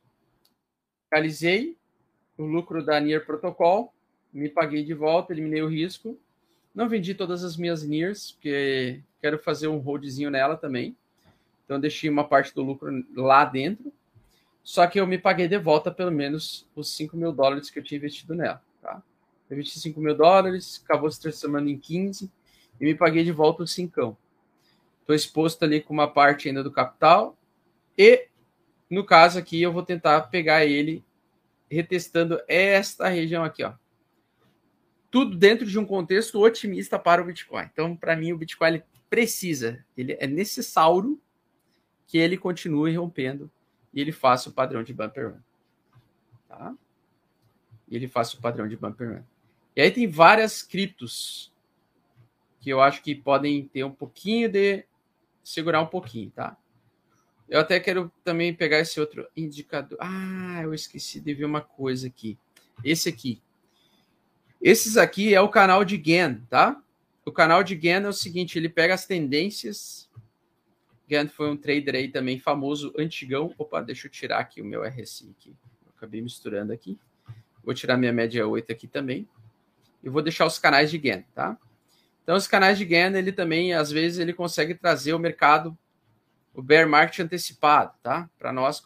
S1: realizei o lucro da Near Protocol, me paguei de volta, eliminei o risco. Não vendi todas as minhas Nears, porque quero fazer um holdzinho nela também. Então, deixei uma parte do lucro lá dentro. Só que eu me paguei de volta pelo menos os 5 mil dólares que eu tinha investido nela. Tá? Eu investi 5 mil dólares, acabou se transformando em 15 e me paguei de volta os 5. Estou exposto ali com uma parte ainda do capital e, no caso aqui, eu vou tentar pegar ele retestando esta região aqui, ó. Tudo dentro de um contexto otimista para o Bitcoin. Então, para mim, o Bitcoin ele é necessário que ele continue rompendo e ele faça o padrão de bumper run. Tá? E ele faça o padrão de bumper run. E aí tem várias criptos que eu acho que podem ter um pouquinho de... segurar um pouquinho, tá? Eu até quero também pegar esse outro indicador. Ah, eu esqueci de ver uma coisa aqui. Esse aqui. Esses aqui é o canal de Gann, tá? O canal de Gann é o seguinte, ele pega as tendências. Gann foi um trader aí também famoso, antigão. Opa, deixa eu tirar aqui o meu RSI aqui. Eu acabei misturando aqui. Vou tirar minha média 8 aqui também. E vou deixar os canais de Gann, tá? Então, os canais de Gann, ele também, às vezes, ele consegue trazer o mercado, o bear market antecipado, tá? Para nós,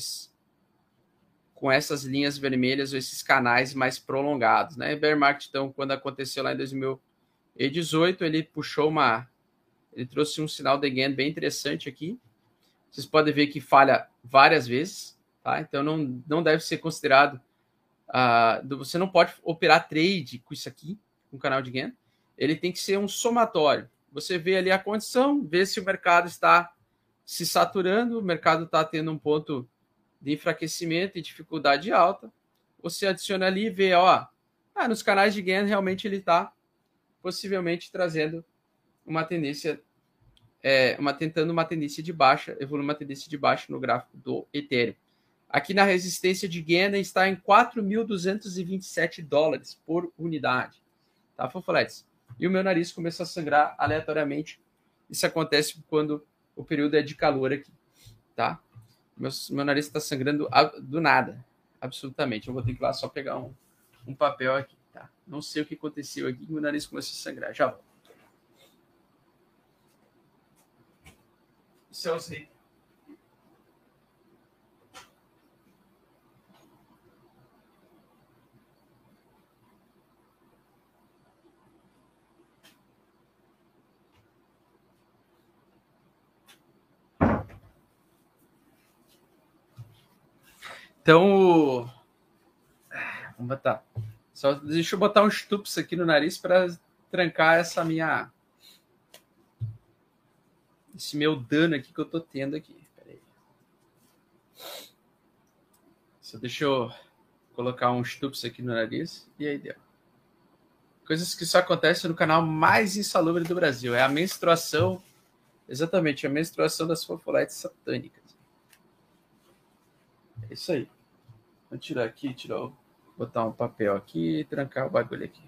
S1: com essas linhas vermelhas ou esses canais mais prolongados, né? Bear market, então, quando aconteceu lá em 2018, ele trouxe um sinal de Gann bem interessante aqui. Vocês podem ver que falha várias vezes, tá? Então, não deve ser considerado... você não pode operar trade com isso aqui, com o canal de Gann. Ele tem que ser um somatório. Você vê ali a condição, vê se o mercado está se saturando, o mercado está tendo um ponto de enfraquecimento e dificuldade alta. Você adiciona ali e vê, nos canais de Gann realmente ele está possivelmente trazendo uma tendência, tentando uma tendência de baixa, evoluir uma tendência de baixa no gráfico do Ethereum. Aqui na resistência de Gann está em 4.227 dólares por unidade. Tá, fofoletes? E o meu nariz começou a sangrar aleatoriamente Isso acontece quando o período é de calor aqui, tá? Meu nariz está sangrando do nada, absolutamente. Eu vou ter que ir lá só pegar um papel aqui, tá? Não sei o que aconteceu aqui, meu nariz começou a sangrar. Já volto. Isso eu sei. Então, vamos botar. Só deixa eu botar um stups aqui no nariz para trancar esse meu dano aqui que eu tô tendo aqui. Peraí. Só deixa eu colocar um stups aqui no nariz e aí deu. Coisas que só acontecem no canal mais insalubre do Brasil. É a menstruação, exatamente, a menstruação das fofoletes satânicas. É isso aí. Vou tirar aqui, botar um papel aqui e trancar o bagulho aqui.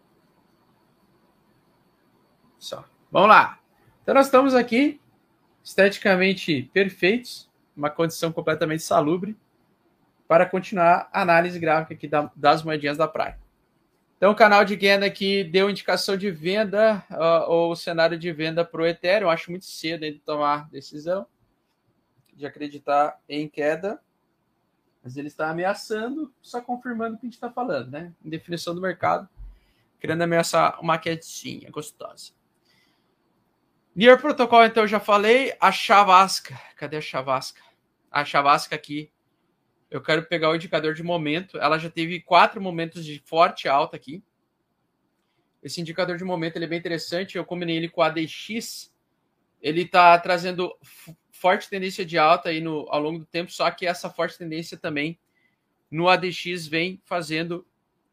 S1: Só. Vamos lá. Então nós estamos aqui, esteticamente perfeitos, uma condição completamente salubre, para continuar a análise gráfica aqui das moedinhas da praia. Então o canal de Guenda aqui deu indicação de venda, ou cenário de venda para o Ethereum. Eu acho muito cedo de tomar decisão, de acreditar em queda. Mas ele está ameaçando, só confirmando o que a gente está falando, né? Em definição do mercado, querendo ameaçar uma quedinha gostosa. Near Protocol, então, eu já falei. A Chavasca. Cadê a Chavasca? A Chavasca aqui. Eu quero pegar o indicador de momento. Ela já teve 4 momentos de forte alta aqui. Esse indicador de momento ele é bem interessante. Eu combinei ele com o ADX. Ele está trazendo forte tendência de alta aí ao longo do tempo, só que essa forte tendência também no ADX vem fazendo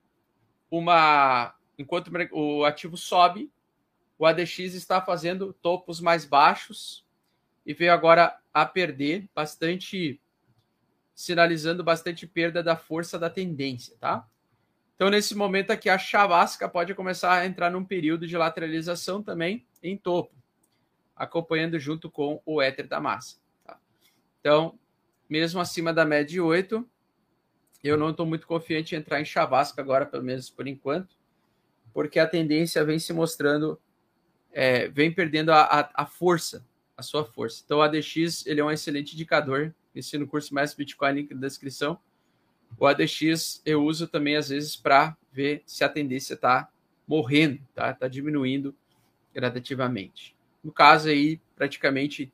S1: enquanto o ativo sobe, o ADX está fazendo topos mais baixos e veio agora a perder bastante, sinalizando bastante perda da força da tendência, tá? Então, nesse momento aqui, a Chavasca pode começar a entrar num período de lateralização também em topo, acompanhando junto com o Ether da massa. Tá? Então, mesmo acima da média de 8, eu não estou muito confiante em entrar em Chavasca agora, pelo menos por enquanto, porque a tendência vem se mostrando, vem perdendo a força, a sua força. Então, o ADX ele é um excelente indicador. Esse no curso Mais Bitcoin, link na descrição. O ADX eu uso também, às vezes, para ver se a tendência está morrendo, tá? Está diminuindo gradativamente. No caso aí, praticamente,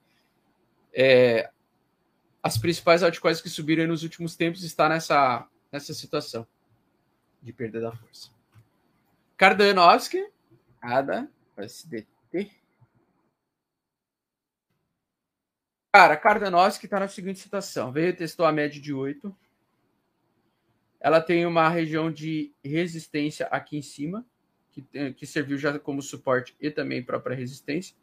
S1: as principais altcoins que subiram nos últimos tempos estão nessa situação de perda da força. Kardanovski, ADA, SDT. Cara, Kardanovski está na seguinte situação. Veio, testou a média de 8. Ela tem uma região de resistência aqui em cima, que serviu já como suporte e também própria resistência.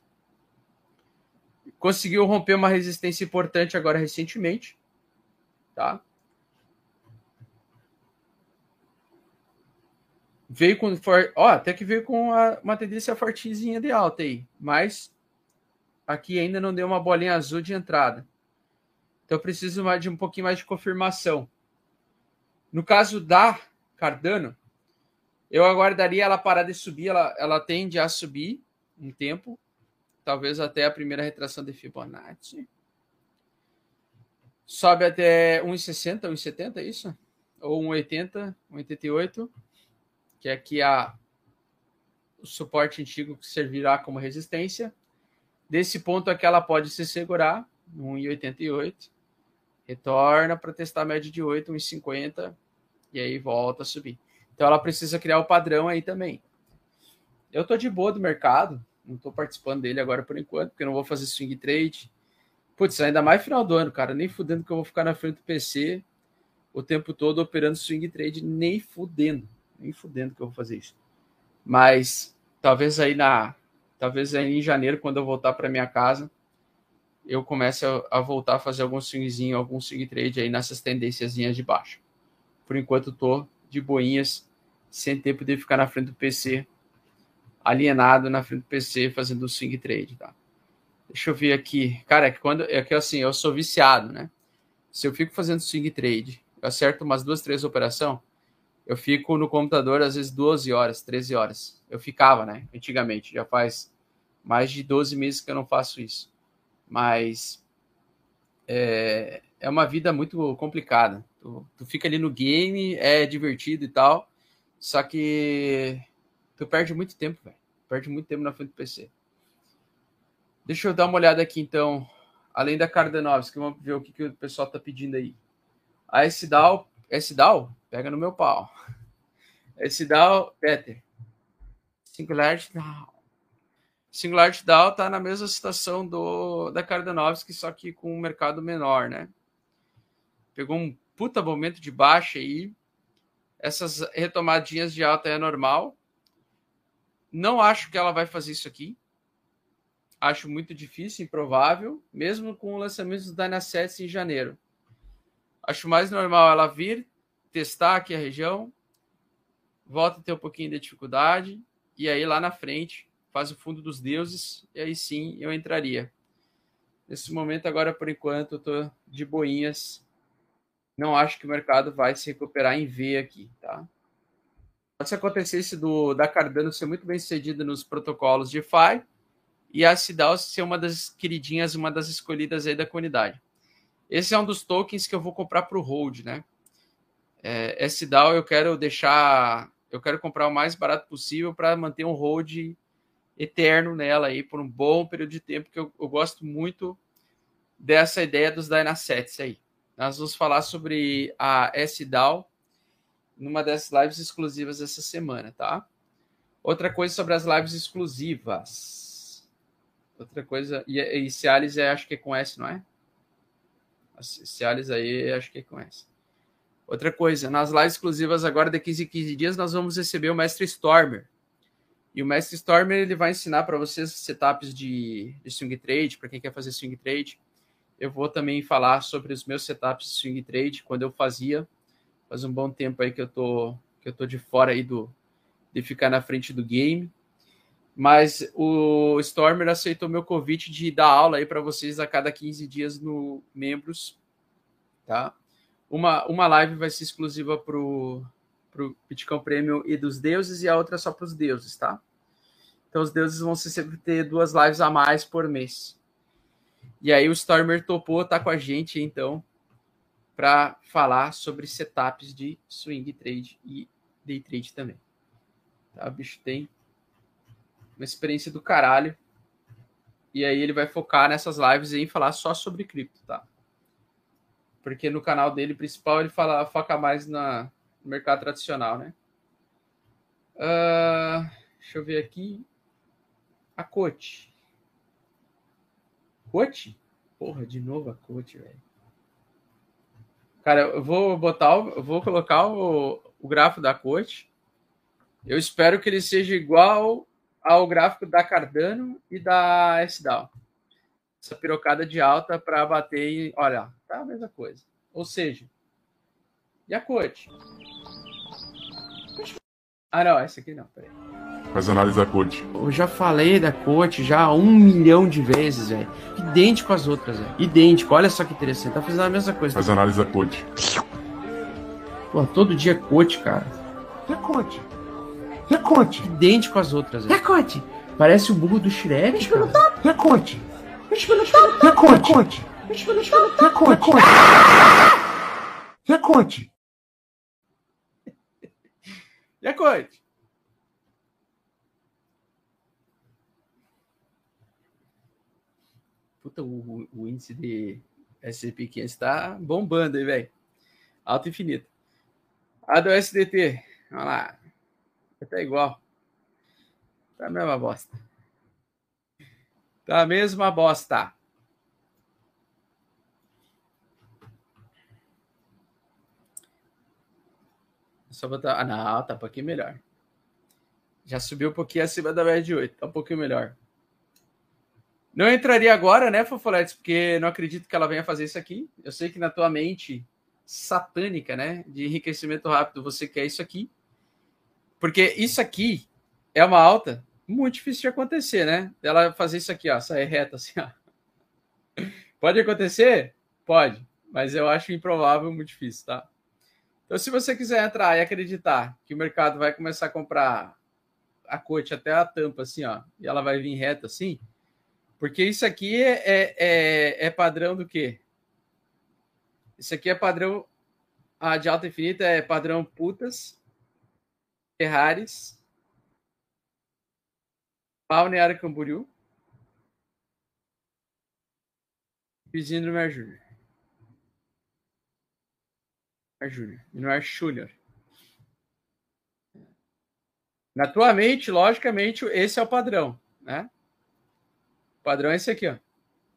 S1: Conseguiu romper uma resistência importante agora recentemente, tá? Veio com até que veio com uma tendência fortezinha de alta aí, mas aqui ainda não deu uma bolinha azul de entrada. Então preciso de um pouquinho mais de confirmação. No caso da Cardano, eu aguardaria ela parar de subir. Ela tende a subir um tempo, talvez até a primeira retração de Fibonacci. Sobe até 1,60, 1,70, é isso? Ou 1,80, 1,88, que aqui o suporte antigo que servirá como resistência. Desse ponto aqui ela pode se segurar, 1,88, retorna para testar a média de 8, 1,50, e aí volta a subir. Então ela precisa criar o padrão aí também. Eu estou de boa do mercado, não estou participando dele agora por enquanto, porque não vou fazer swing trade. Putz, ainda mais final do ano, cara, nem fudendo que eu vou ficar na frente do PC o tempo todo operando swing trade, nem fudendo que eu vou fazer isso. Mas talvez aí em janeiro, quando eu voltar para minha casa, eu comece a voltar a fazer algum swingzinho, algum swing trade aí nessas tendênciazinhas de baixo. Por enquanto tô de boinhas, sem ter poder ficar na frente do PC alienado na frente do PC fazendo swing trade, tá? Deixa eu ver aqui. Cara, é que assim, eu sou viciado, né? Se eu fico fazendo swing trade, eu acerto umas 2, 3 operações, eu fico no computador às vezes 12 horas, 13 horas. Eu ficava, né? Antigamente, já faz mais de 12 meses que eu não faço isso. Mas é uma vida muito complicada. Tu fica ali no game, é divertido e tal, só que tu perde muito tempo, velho. Perde muito tempo na frente do PC. Deixa eu dar uma olhada aqui, então. Além da Kardanovski, vamos ver o que o pessoal tá pedindo aí. A S-Dow, pega no meu pau. S-Dow, Peter. Singularity Dow tá na mesma situação da Kardanovski, só que com um mercado menor, né? Pegou um puta momento de baixa aí. Essas retomadinhas de alta é normal. Não acho que ela vai fazer isso aqui. Acho muito difícil, improvável, mesmo com o lançamento do Dynasets em janeiro. Acho mais normal ela vir, testar aqui a região, volta a ter um pouquinho de dificuldade, e aí lá na frente faz o fundo dos deuses, e aí sim eu entraria. Nesse momento agora, por enquanto, eu tô de boinhas. Não acho que o mercado vai se recuperar em V aqui, tá? Se acontecesse da Cardano ser muito bem sucedido nos protocolos de DeFi, e a SDAO ser uma das queridinhas, uma das escolhidas aí da comunidade. Esse é um dos tokens que eu vou comprar para o hold, né? SDAO eu quero comprar o mais barato possível para manter um hold eterno nela aí por um bom período de tempo, que eu gosto muito dessa ideia dos Dynasets aí. Nós vamos falar sobre a SDAO numa das lives exclusivas essa semana, tá? Outra coisa sobre as lives exclusivas. Outra coisa, e Cialis acho que é com S, não é? Cialis aí acho que é com S. Outra coisa, nas lives exclusivas agora de 15 em 15 dias nós vamos receber o Mestre Stormer. E o Mestre Stormer ele vai ensinar para vocês setups de swing trade, para quem quer fazer swing trade. Eu vou também falar sobre os meus setups de swing trade, quando eu fazia. Faz um bom tempo aí que eu tô de fora aí de ficar na frente do game. Mas o Stormer aceitou meu convite de dar aula aí para vocês a cada 15 dias no Membros, tá? Uma live vai ser exclusiva pro Bitcoin Premium e dos deuses, e a outra só para os deuses, tá? Então os deuses vão sempre ter 2 lives a mais por mês. E aí o Stormer topou, tá com a gente, então, para falar sobre setups de swing trade e day trade também. Tá? O bicho tem uma experiência do caralho. E aí ele vai focar nessas lives em falar só sobre cripto, tá? Porque no canal dele principal ele foca mais no mercado tradicional, né? Deixa eu ver aqui. A Cote. Cote? Porra, de novo a Cote, velho. Cara, eu vou colocar o gráfico da Cote. Eu espero que ele seja igual ao gráfico da Cardano e da SDAO. Essa pirocada de alta para bater e... Olha, tá a mesma coisa. Ou seja, e a Cote? Ah, não, essa aqui não, peraí.
S2: Faz análise da Cote.
S1: Eu já falei da Cote já 1 milhão de vezes, velho. Idêntico às outras, velho. Idêntico, olha só que interessante. Tá fazendo a mesma coisa.
S2: Faz análise da Cote.
S1: Pô, todo dia é Cote, cara.
S2: É Cote. É Cote.
S1: Idêntico às outras, velho. É Cote. Parece o burro do Shrek, cara.
S2: É Cote. É Cote. É Cote. É Cote.
S1: E a Cote? Puta, o índice de S&P 500 tá bombando aí, velho. Alto infinito. A do SDT, vamos lá. Tá igual. Tá a mesma bosta. Tá a mesma bosta. Só botar... Ah, não, tá um pouquinho melhor. Já subiu um pouquinho acima da média de 8. Tá um pouquinho melhor. Não entraria agora, né, Fofoletes? Porque não acredito que ela venha fazer isso aqui. Eu sei que na tua mente satânica, né, de enriquecimento rápido, você quer isso aqui. Porque isso aqui é uma alta Muito difícil de acontecer, né? Ela fazer isso aqui, ó, sair reta assim, ó. Pode acontecer? Pode, mas eu acho improvável, muito difícil, tá? Então, se você quiser entrar e acreditar que o mercado vai começar a comprar a cote até a tampa, assim, ó, e ela vai vir reta assim, porque isso aqui é padrão do quê? Isso aqui é padrão de alta infinita, é padrão putas, Ferraris, Balneário Camboriú, vizinho do Mar Júnior. Não é Júnior. Na tua mente, logicamente, esse é o padrão, né? O padrão é esse aqui, ó.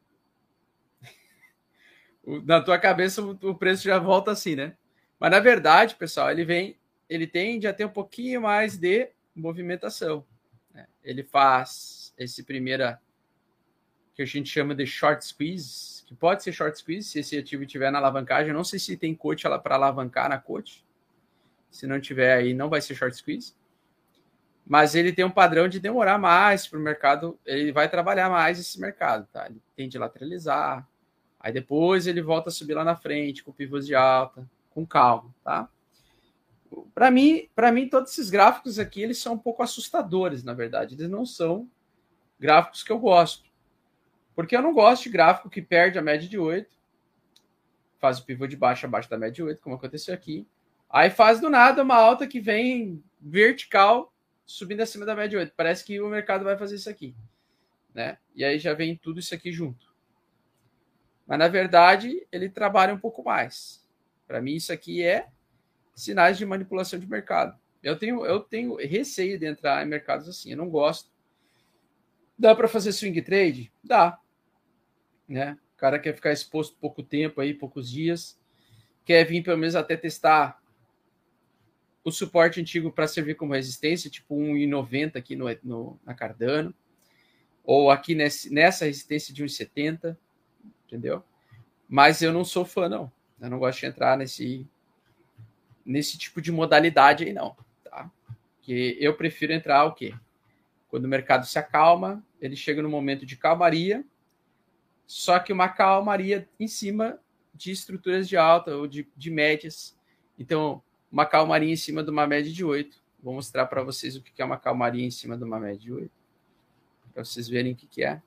S1: Na tua cabeça, o preço já volta assim, né? Mas, na verdade, pessoal, ele tende a ter um pouquinho mais de movimentação. Né? Ele faz esse primeira, que a gente chama de short squeeze, que pode ser short squeeze, se esse ativo estiver na alavancagem. Eu não sei se tem coach para alavancar na coach. Se não tiver aí, não vai ser short squeeze. Mas ele tem um padrão de demorar mais para o mercado, ele vai trabalhar mais esse mercado, tá? Ele tende a lateralizar, aí depois ele volta a subir lá na frente, com pivôs de alta, com calma, tá? Para mim, todos esses gráficos aqui, eles são um pouco assustadores, na verdade. Eles não são gráficos que eu gosto. Porque eu não gosto de gráfico que perde a média de 8, faz o pivô de baixo abaixo da média de 8, como aconteceu aqui. Aí faz do nada uma alta que vem vertical, subindo acima da média de 8. Parece que o mercado vai fazer isso aqui, né? E aí já vem tudo isso aqui junto. Mas, na verdade, ele trabalha um pouco mais. Para mim, isso aqui é sinais de manipulação de mercado. Eu tenho receio de entrar em mercados assim. Eu não gosto. Dá para fazer swing trade? Dá. Né? O cara quer ficar exposto pouco tempo, aí, poucos dias. Quer vir, pelo menos, até testar o suporte antigo para servir como resistência, tipo 1,90 aqui na Cardano, ou aqui nessa resistência de 1,70, entendeu? Mas eu não sou fã, não. Eu não gosto de entrar nesse tipo de modalidade aí, não. Tá? Porque eu prefiro entrar o quê? Quando o mercado se acalma, ele chega no momento de calmaria, só que uma calmaria em cima de estruturas de alta ou de médias. Então, uma calmaria em cima de uma média de 8. Vou mostrar para vocês o que é uma calmaria em cima de uma média de 8. Para vocês verem o que é.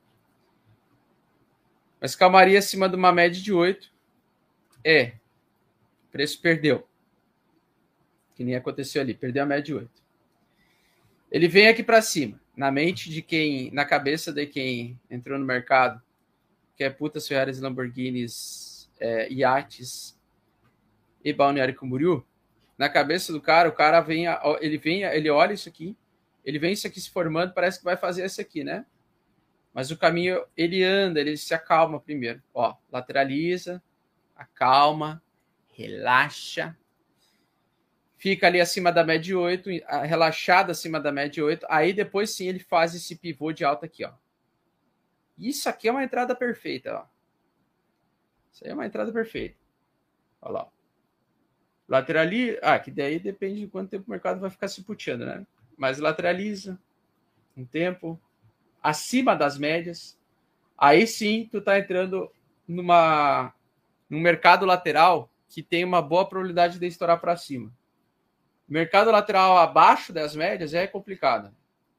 S1: Mas calmaria acima de uma média de 8 o preço perdeu. Que nem aconteceu ali, perdeu a média de 8. Ele vem aqui para cima, na mente de quem, na cabeça de quem entrou no mercado, que é putas, Ferraris, Lamborghinis, iates e Balneário Camboriú. Na cabeça do cara, o cara ele olha isso aqui, ele vem isso aqui se formando, parece que vai fazer esse aqui, né? Mas o caminho, ele se acalma primeiro. Ó, lateraliza, acalma, relaxa. Fica ali acima da média de 8, relaxado acima da média de 8. Aí depois sim ele faz esse pivô de alta aqui, ó. Isso aqui é uma entrada perfeita, ó. Isso aí é uma entrada perfeita. Olha lá, ó. Lateraliza. Que daí depende de quanto tempo o mercado vai ficar se puteando, né? Mas lateraliza um tempo acima das médias. Aí sim tu tá entrando num mercado lateral que tem uma boa probabilidade de estourar para cima. Mercado lateral abaixo das médias é complicado.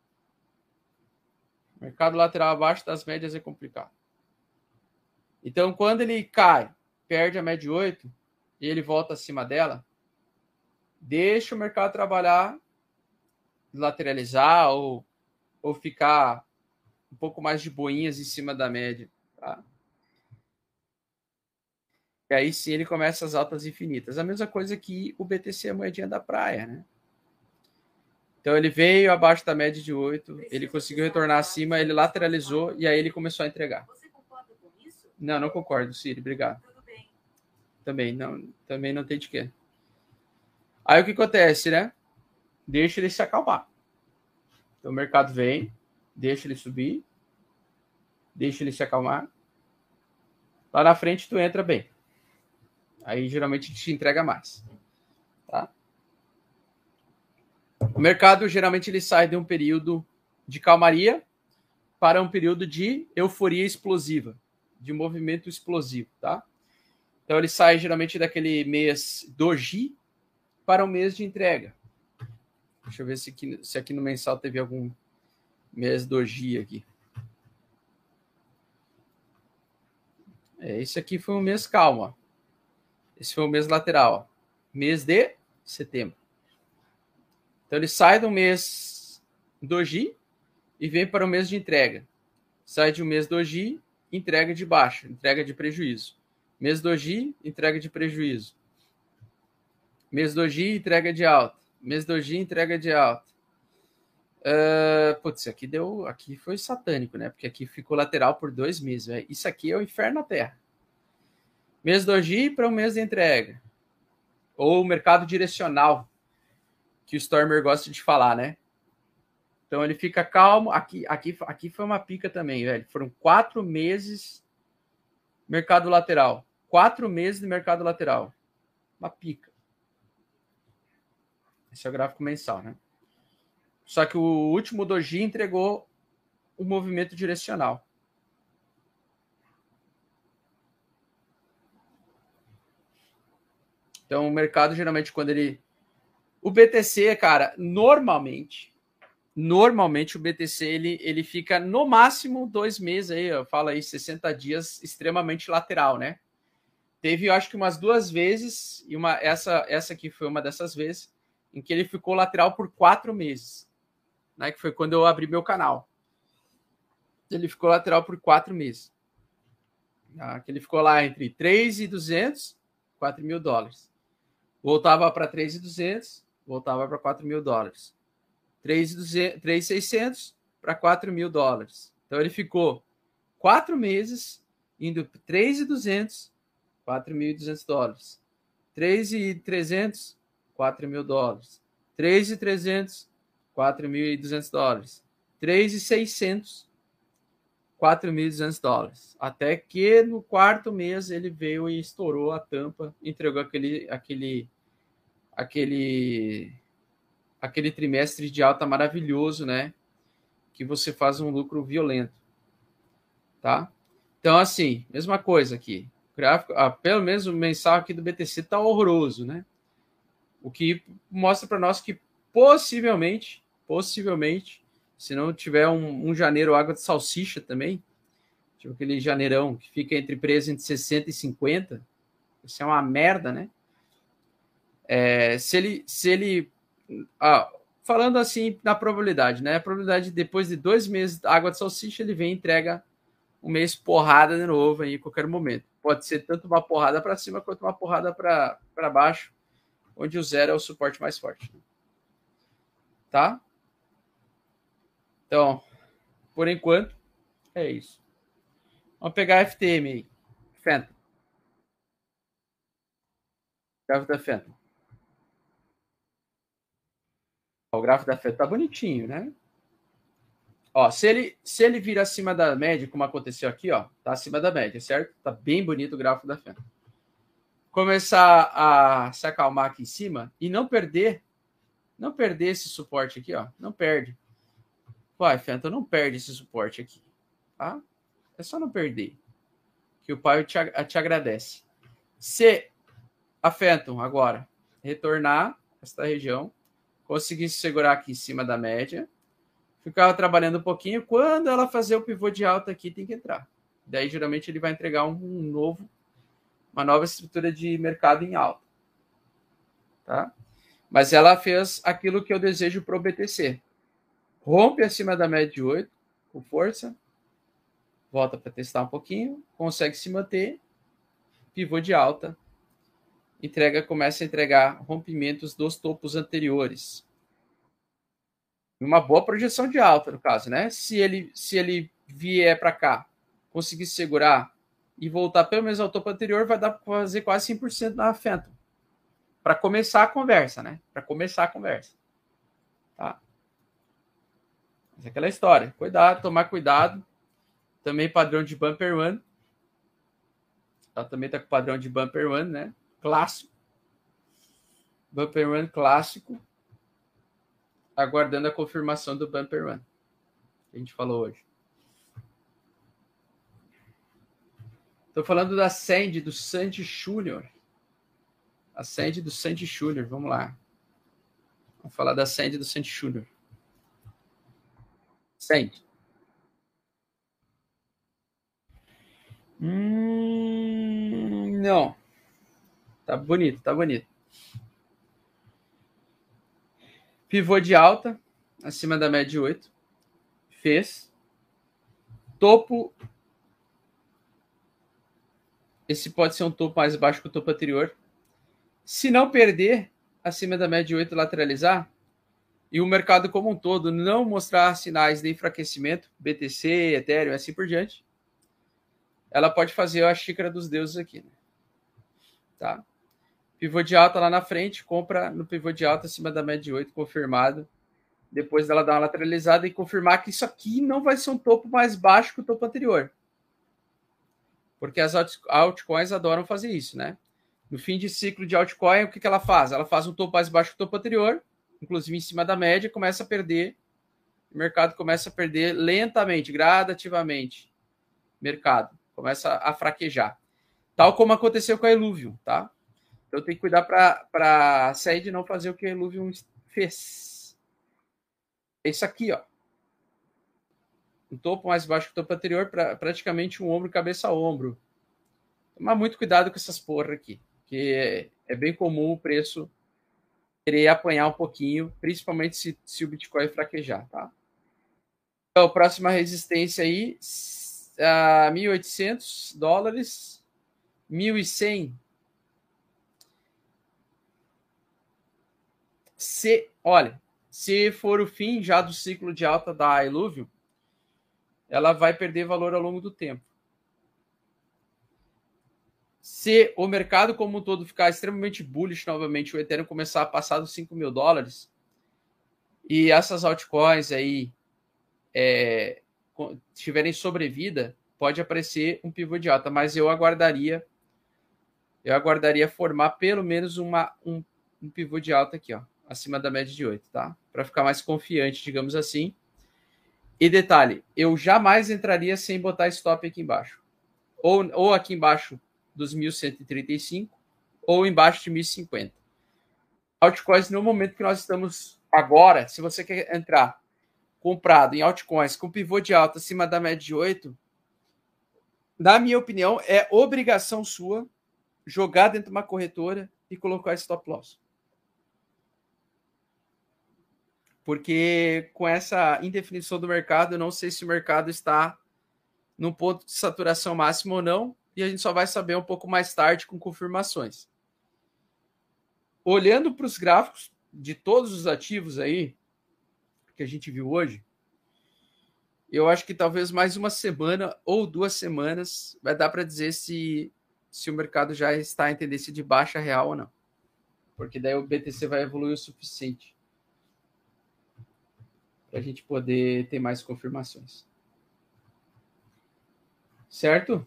S1: Mercado lateral abaixo das médias é complicado. Então, quando ele cai, perde a média de 8, e ele volta acima dela, deixa o mercado trabalhar, lateralizar ou ficar um pouco mais de boinhas em cima da média. Tá? E aí sim ele começa as altas infinitas. A mesma coisa que o BTC, a moedinha da praia, né? Então ele veio abaixo da média de 8, ele conseguiu retornar acima, ele lateralizou e aí ele começou a entregar. Você concorda com isso? Não concordo, Siri, obrigado. Tudo bem. Também não tem de quê. Aí o que acontece, né? Deixa ele se acalmar. Então o mercado vem, deixa ele subir, deixa ele se acalmar. Lá na frente tu entra bem. Aí geralmente te entrega mais. Tá? O mercado geralmente ele sai de um período de calmaria para um período de euforia explosiva, de movimento explosivo, tá? Então ele sai geralmente daquele mês doji para o mês de entrega. Deixa eu ver se aqui no mensal teve algum mês doji aqui. Esse aqui foi um mês calma. Esse foi o mês lateral. Mês de setembro. Então ele sai do mês doji e vem para o mês de entrega. Sai de um mês doji, entrega de baixa, entrega de prejuízo. Mês doji, entrega de prejuízo. Mês doji, entrega de alta. Mês doji, entrega de alta. Putz, aqui foi satânico, né? Porque aqui ficou lateral por 2 meses. Véio. Isso aqui é o inferno na Terra. Mês doji para um mês de entrega. Ou mercado direcional, que o Stormer gosta de falar, né? Então ele fica calmo. Aqui foi uma pica também, velho. Foram 4 meses mercado lateral. 4 meses de mercado lateral. Uma pica. Esse é o gráfico mensal, né? Só que o último doji entregou o movimento direcional. Então o mercado geralmente quando ele... O BTC, cara, normalmente o BTC ele fica no máximo 2 meses aí, eu falo aí 60 dias extremamente lateral, né? Teve, eu acho que umas 2 vezes, e essa aqui foi uma dessas vezes, em que ele ficou lateral por 4 meses, né? Que foi quando eu abri meu canal. Ele ficou lateral por 4 meses. Tá? Que ele ficou lá entre 3.200 e 4 mil dólares. Voltava para 3.200, voltava para 4 mil dólares. 3.600 para 4 mil dólares. Então ele ficou 4 meses indo 3.200, 4.200 dólares. 3.300, 4 mil dólares. 3.300, 4.200 dólares. 3.600, 4.200 dólares. Até que no 4º mês ele veio e estourou a tampa, entregou aquele trimestre de alta maravilhoso, né? Que você faz um lucro violento, tá? Então, assim, mesma coisa aqui. O gráfico, pelo menos o mensal aqui do BTC tá horroroso, né? O que mostra para nós que possivelmente, se não tiver um janeiro água de salsicha também, tipo aquele janeirão que fica preso entre 60 e 50, isso é uma merda, né? Se ele falando assim na probabilidade, né? A probabilidade depois de 2 meses de água de salsicha, ele vem e entrega um mês porrada de novo aí em qualquer momento. Pode ser tanto uma porrada para cima quanto uma porrada para baixo, onde o 0 é o suporte mais forte. Tá? Então, por enquanto, é isso. Vamos pegar a FTM aí. Phantom. Gráfico da Phantom. O gráfico da Phantom tá bonitinho, né? Ó, se ele vir acima da média, como aconteceu aqui, ó, tá acima da média, certo? Tá bem bonito o gráfico da Phantom. Começar a se acalmar aqui em cima e não perder esse suporte aqui, ó. Não perde. Vai, Phantom, não perde esse suporte aqui, tá? É só não perder, que o pai te agradece. Se a Phantom agora retornar esta região, conseguir se segurar aqui em cima da média, ficava trabalhando um pouquinho, quando ela fazer o pivô de alta aqui, tem que entrar. Daí, geralmente, ele vai entregar uma nova estrutura de mercado em alta. Tá? Mas ela fez aquilo que eu desejo para o BTC. Rompe acima da média de 8, com força, volta para testar um pouquinho, consegue se manter, pivô de alta, começa a entregar rompimentos dos topos anteriores. Uma boa projeção de alta, no caso, né? Se ele vier para cá, conseguir segurar e voltar pelo menos ao topo anterior, vai dar para fazer quase 100% na Phantom. Para começar a conversa, né? Para começar a conversa. Tá? Mas é aquela história. Cuidado, tomar cuidado. Também padrão de Bumper One. Ela também está com padrão de Bumper One, né? Clássico. Bumper One clássico. Aguardando a confirmação do Bumper One. que a gente falou hoje. Estou falando da Sandy, do Sandy Júnior. A Sandy do Sandy Júnior, vamos lá. Vamos falar da Sandy do Sandy Júnior. Sandy. Não. Tá bonito, tá bonito. Pivô de alta, acima da média de 8. Fez. Topo. Esse pode ser um topo mais baixo que o topo anterior. Se não perder acima da média de 8 lateralizar, e o mercado como um todo não mostrar sinais de enfraquecimento, BTC, Ethereum, assim por diante, ela pode fazer a xícara dos deuses aqui, né? Tá? Pivô de alta lá na frente, compra no pivô de alta acima da média de 8, confirmado. Depois dela dar uma lateralizada e confirmar que isso aqui não vai ser um topo mais baixo que o topo anterior. Porque as altcoins adoram fazer isso, né? No fim de ciclo de altcoin, o que ela faz? Ela faz um topo mais baixo que o topo anterior, inclusive em cima da média, começa a perder. O mercado começa a perder lentamente, gradativamente. Mercado começa a fraquejar. Tal como aconteceu com a Illuvium, tá? Então tem que cuidar para a SED não fazer o que a Illuvium fez. Isso aqui, ó. Um topo mais baixo que o topo anterior, praticamente um ombro, cabeça a ombro. Tomar muito cuidado com essas porra aqui, porque é bem comum o preço querer apanhar um pouquinho, principalmente se o Bitcoin fraquejar, tá? Então, próxima resistência aí, $1.800, 1.100. Olha, se for o fim já do ciclo de alta da Illuvium, ela vai perder valor ao longo do tempo. Se o mercado como um todo ficar extremamente bullish novamente, o Ethereum começar a passar dos $5.000 e essas altcoins aí tiverem sobrevida, pode aparecer um pivô de alta, mas eu aguardaria formar pelo menos um pivô de alta aqui, ó, acima da média de 8, tá? Para ficar mais confiante, digamos assim. E detalhe, eu jamais entraria sem botar stop aqui embaixo. Ou aqui embaixo dos 1.135, ou embaixo de 1.050. Altcoins, no momento que nós estamos agora, se você quer entrar comprado em altcoins com pivô de alta acima da média de 8, na minha opinião, é obrigação sua jogar dentro de uma corretora e colocar stop loss. Porque com essa indefinição do mercado, eu não sei se o mercado está num ponto de saturação máxima ou não, e a gente só vai saber um pouco mais tarde com confirmações. Olhando para os gráficos de todos os ativos aí, que a gente viu hoje, eu acho que talvez mais uma semana ou 2 semanas vai dar para dizer se o mercado já está em tendência de baixa real ou não. Porque daí o BTC vai evoluir o suficiente para a gente poder ter mais confirmações. Certo?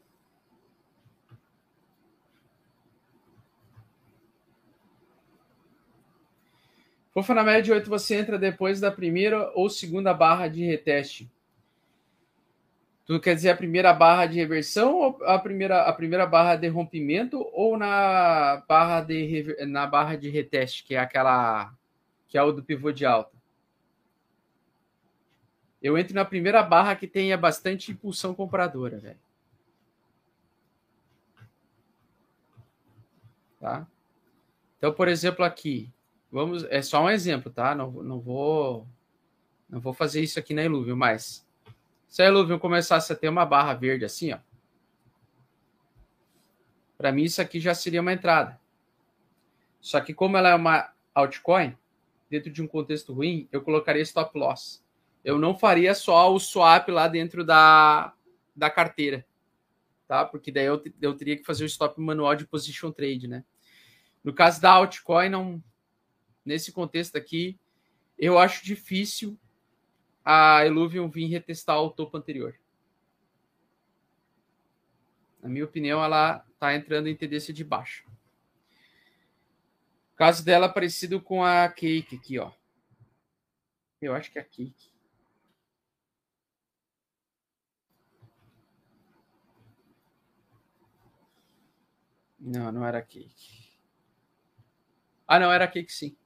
S1: For na média de 8, você entra depois da primeira ou segunda barra de reteste. Tu quer dizer a primeira barra de reversão ou a primeira barra de rompimento ou na barra de reteste, que é aquela que é o do pivô de alta? Eu entro na primeira barra que tenha bastante impulsão compradora, velho. Tá? Então, por exemplo, aqui, é só um exemplo, tá? Não vou fazer isso aqui na Illuvium, mas se a Illuvium começasse a ter uma barra verde assim, ó, para mim isso aqui já seria uma entrada. Só que como ela é uma altcoin, dentro de um contexto ruim, eu colocaria stop loss. Eu não faria só o swap lá dentro da carteira, tá? Porque daí eu teria que fazer o stop manual de position trade, né? No caso da altcoin, nesse contexto aqui, eu acho difícil a Illuvium vir retestar o topo anterior. Na minha opinião, ela está entrando em tendência de baixa. O caso dela é parecido com a Cake aqui, ó. Eu acho que é a Cake. Não, não era cake. Ah, não, era cake sim.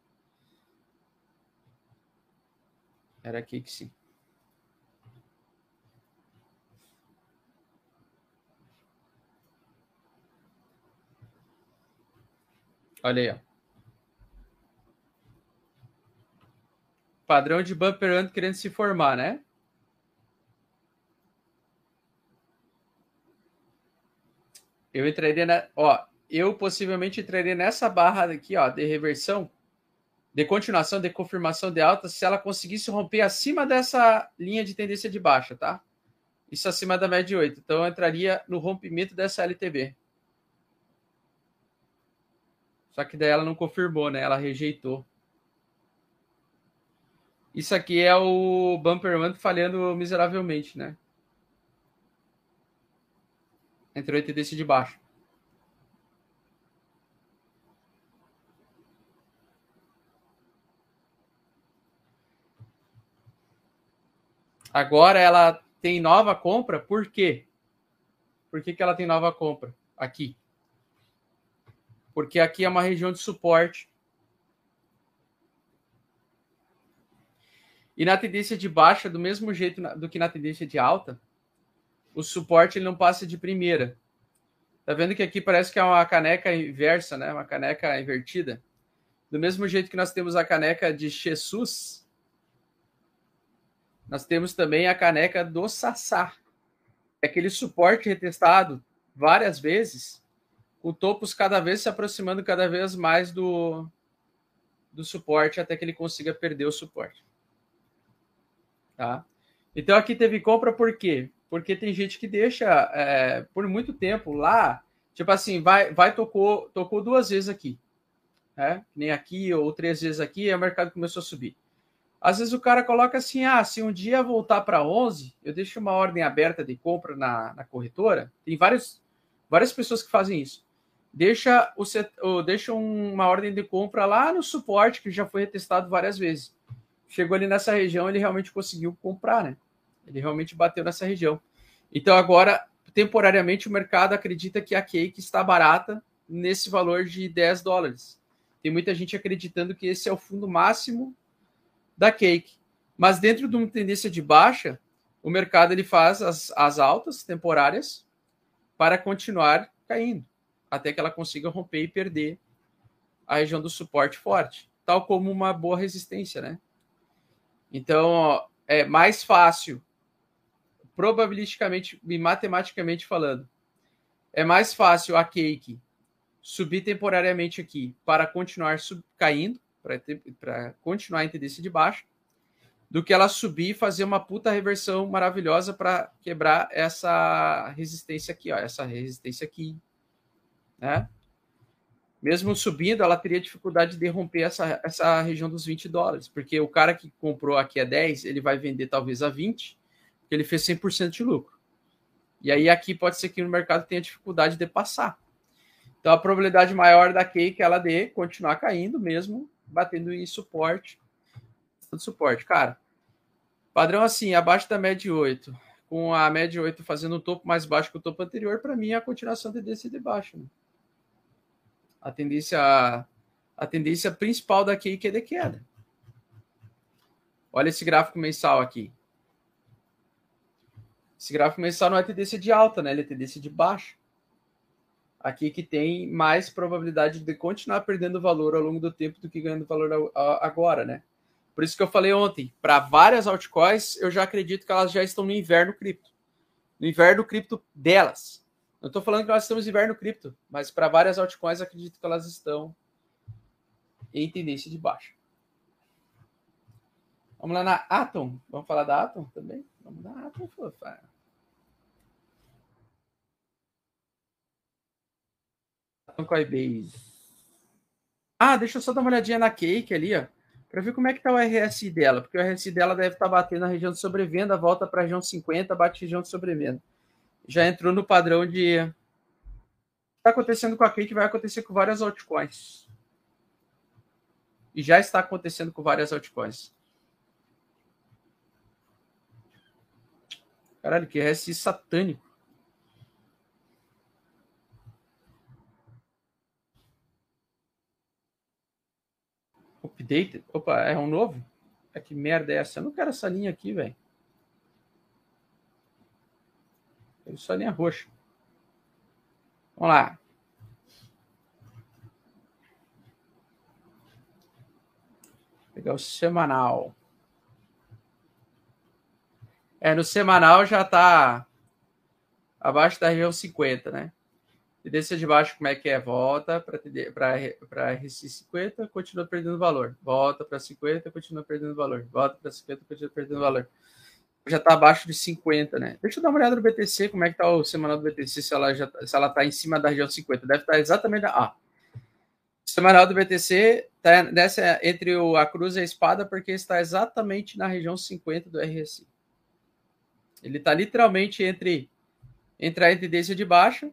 S1: Era cake sim. Olha aí, ó. Padrão de bumper run querendo se formar, né? Eu entraria na... Ó, eu possivelmente entraria nessa barra aqui, ó, de reversão, de continuação, de confirmação de alta, se ela conseguisse romper acima dessa linha de tendência de baixa, tá? Isso acima da média de 8. Então, eu entraria no rompimento dessa LTB. Só que daí ela não confirmou, né? Ela rejeitou. Isso aqui é o Bumper Run falhando miseravelmente, né? Entre 8 e desse de baixo. Agora ela tem nova compra, por quê? Por que ela tem nova compra? Aqui. Porque aqui é uma região de suporte. E na tendência de baixa, do mesmo jeito do que na tendência de alta, o suporte ele não passa de primeira. Tá vendo que aqui parece que é uma caneca inversa, né? Uma caneca invertida. Do mesmo jeito que nós temos a caneca de Jesus, nós temos também a caneca do Sassá. É aquele suporte retestado várias vezes, com topos cada vez se aproximando cada vez mais do suporte até que ele consiga perder o suporte. Tá? Então aqui teve compra por quê? Porque tem gente que deixa por muito tempo lá, tipo assim, tocou 2 vezes aqui, né? Nem aqui ou 3 vezes aqui, e o mercado começou a subir. Às vezes o cara coloca assim, se um dia voltar para 11, eu deixo uma ordem aberta de compra na corretora. Tem várias pessoas que fazem isso. Deixa uma ordem de compra lá no suporte, que já foi retestado várias vezes. Chegou ali nessa região, ele realmente conseguiu comprar, né? Ele realmente bateu nessa região. Então agora, temporariamente, o mercado acredita que a Cake está barata nesse valor de $10. Tem muita gente acreditando que esse é o fundo máximo da Cake. Mas dentro de uma tendência de baixa, o mercado ele faz as altas temporárias para continuar caindo, até que ela consiga romper e perder a região do suporte forte, tal como uma boa resistência, né? Então, é mais fácil, probabilisticamente e matematicamente falando, é mais fácil a Cake subir temporariamente aqui para continuar caindo, para continuar em tendência de baixa, do que ela subir e fazer uma puta reversão maravilhosa para quebrar essa resistência aqui, ó, essa resistência aqui, né? Mesmo subindo, ela teria dificuldade de romper essa região dos $20, porque o cara que comprou aqui a 10, ele vai vender talvez a 20, porque ele fez 100% de lucro. E aí aqui pode ser que no mercado tenha dificuldade de passar. Então a probabilidade maior da Cake é ela de continuar caindo mesmo, batendo em suporte. Cara, padrão assim, abaixo da média 8, com a média 8 fazendo um topo mais baixo que o topo anterior, para mim é a continuação da tendência de baixo. Né? A tendência principal da Cake é de queda. Olha esse gráfico mensal aqui. Esse gráfico mensal não é tendência de alta, né? Ele é tendência de baixa. Aqui que tem mais probabilidade de continuar perdendo valor ao longo do tempo do que ganhando valor agora, né? Por isso que eu falei ontem, para várias altcoins, eu já acredito que elas já estão no inverno cripto. No inverno cripto delas. Não estou falando que nós estamos no inverno cripto, mas para várias altcoins, acredito que elas estão em tendência de baixa. Vamos lá na Atom. Vamos falar da Atom também? Vamos na Atom, fofa. Atom Coinbase. Deixa eu só dar uma olhadinha na Cake ali, ó. Para ver como é que está o RSI dela, porque o RSI dela deve estar batendo na região de sobrevenda, volta para a região 50, bate região de sobrevenda. Já entrou no padrão de... Está acontecendo com a Cake, vai acontecer com várias altcoins. E já está acontecendo com várias altcoins. Caralho, que RSI satânico. Updated? Opa, é um novo? Que merda é essa? Eu não quero essa linha aqui, velho. Quero só a linha roxa. Vamos lá. Vou pegar o semanal. No semanal já tá abaixo da região 50, né? Tendência de baixo, como é que é? Volta para RSI 50, continua perdendo valor. Volta para 50, continua perdendo valor. Volta para 50, continua perdendo valor. Já está abaixo de 50, né? Deixa eu dar uma olhada no BTC, como é que está o semanal do BTC, se ela está em cima da região 50. Deve estar exatamente... o semanal do BTC está nessa, entre a cruz e a espada, porque está exatamente na região 50 do RSI. Ele está literalmente entre a tendência de baixa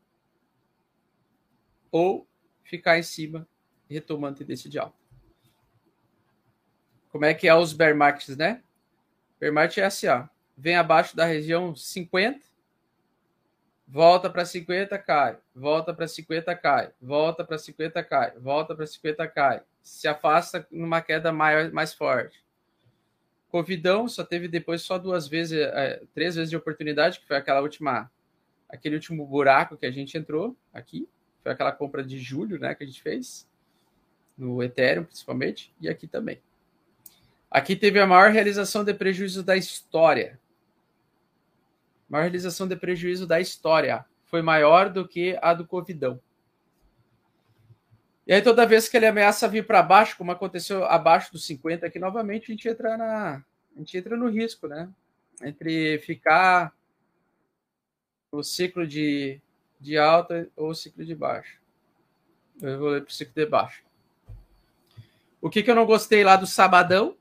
S1: ou ficar em cima, retomando a tendência de alta. Como é que é os bear markets, né? Bear market é assim, ó. Vem abaixo da região 50, volta para 50, cai. Volta para 50, cai. Volta para 50, cai. Volta para 50, cai. Se afasta numa queda mais forte. Covidão só teve depois só 3 vezes de oportunidade, que foi aquele último buraco que a gente entrou aqui. Foi aquela compra de julho, né, que a gente fez, no Ethereum, principalmente, e aqui também. Aqui teve a maior realização de prejuízo da história. A maior realização de prejuízo da história. Foi maior do que a do Covidão. E aí, toda vez que ele ameaça vir para baixo, como aconteceu abaixo dos 50 aqui, novamente, a gente entra no risco, né? Entre ficar no ciclo de alta ou ciclo de baixa. Eu vou ler para o ciclo de baixo. O que eu não gostei lá do sabadão?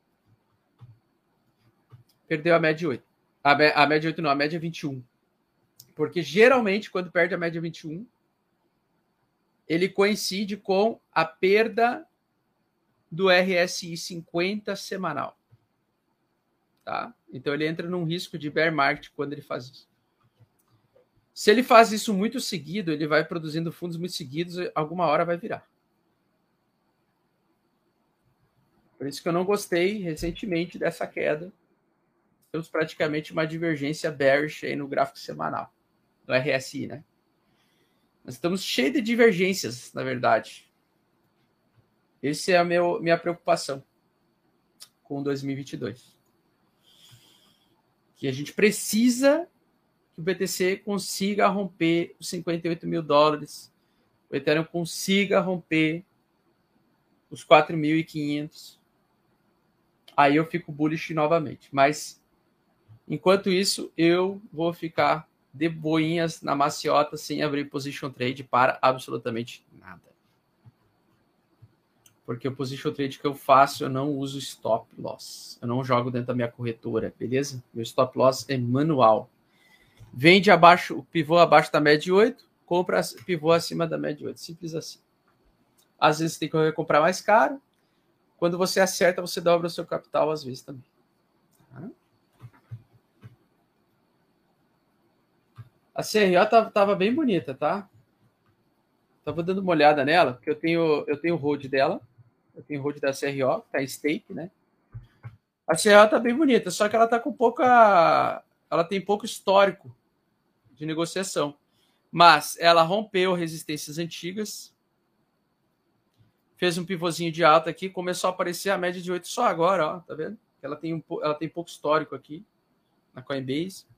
S1: Perdeu a média 8. A média 8 não, a média 21. Porque geralmente, quando perde a média 21, ele coincide com a perda do RSI 50 semanal. Tá? Então ele entra num risco de bear market quando ele faz isso. Se ele faz isso muito seguido, ele vai produzindo fundos muito seguidos, alguma hora vai virar. Por isso que eu não gostei recentemente dessa queda. Temos praticamente uma divergência bearish aí no gráfico semanal, no RSI, né? Nós estamos cheios de divergências, na verdade. Essa é a minha preocupação com 2022. Que a gente precisa que o BTC consiga romper os 58 mil dólares, o Ethereum consiga romper os 4.500. Aí eu fico bullish novamente. Mas, enquanto isso, eu vou ficar de boinhas na maciota sem abrir position trade para absolutamente nada. Porque o position trade que eu faço, eu não uso stop loss. Eu não jogo dentro da minha corretora, beleza? Meu stop loss é manual. Vende abaixo, o pivô abaixo da média 8, compra pivô acima da média 8. Simples assim. Às vezes tem que comprar mais caro. Quando você acerta, você dobra o seu capital às vezes também. Tá? A CRO tava bem bonita, tá? Tava dando uma olhada nela, porque eu tenho o hold dela. Eu tenho o hold da CRO, que tá em stake, né? A CRO tá bem bonita, só que ela tá com ela tem pouco histórico de negociação. Mas ela rompeu resistências antigas, fez um pivôzinho de alta aqui, começou a aparecer a média de 8 só agora, ó, tá vendo? Ela tem pouco histórico aqui na Coinbase.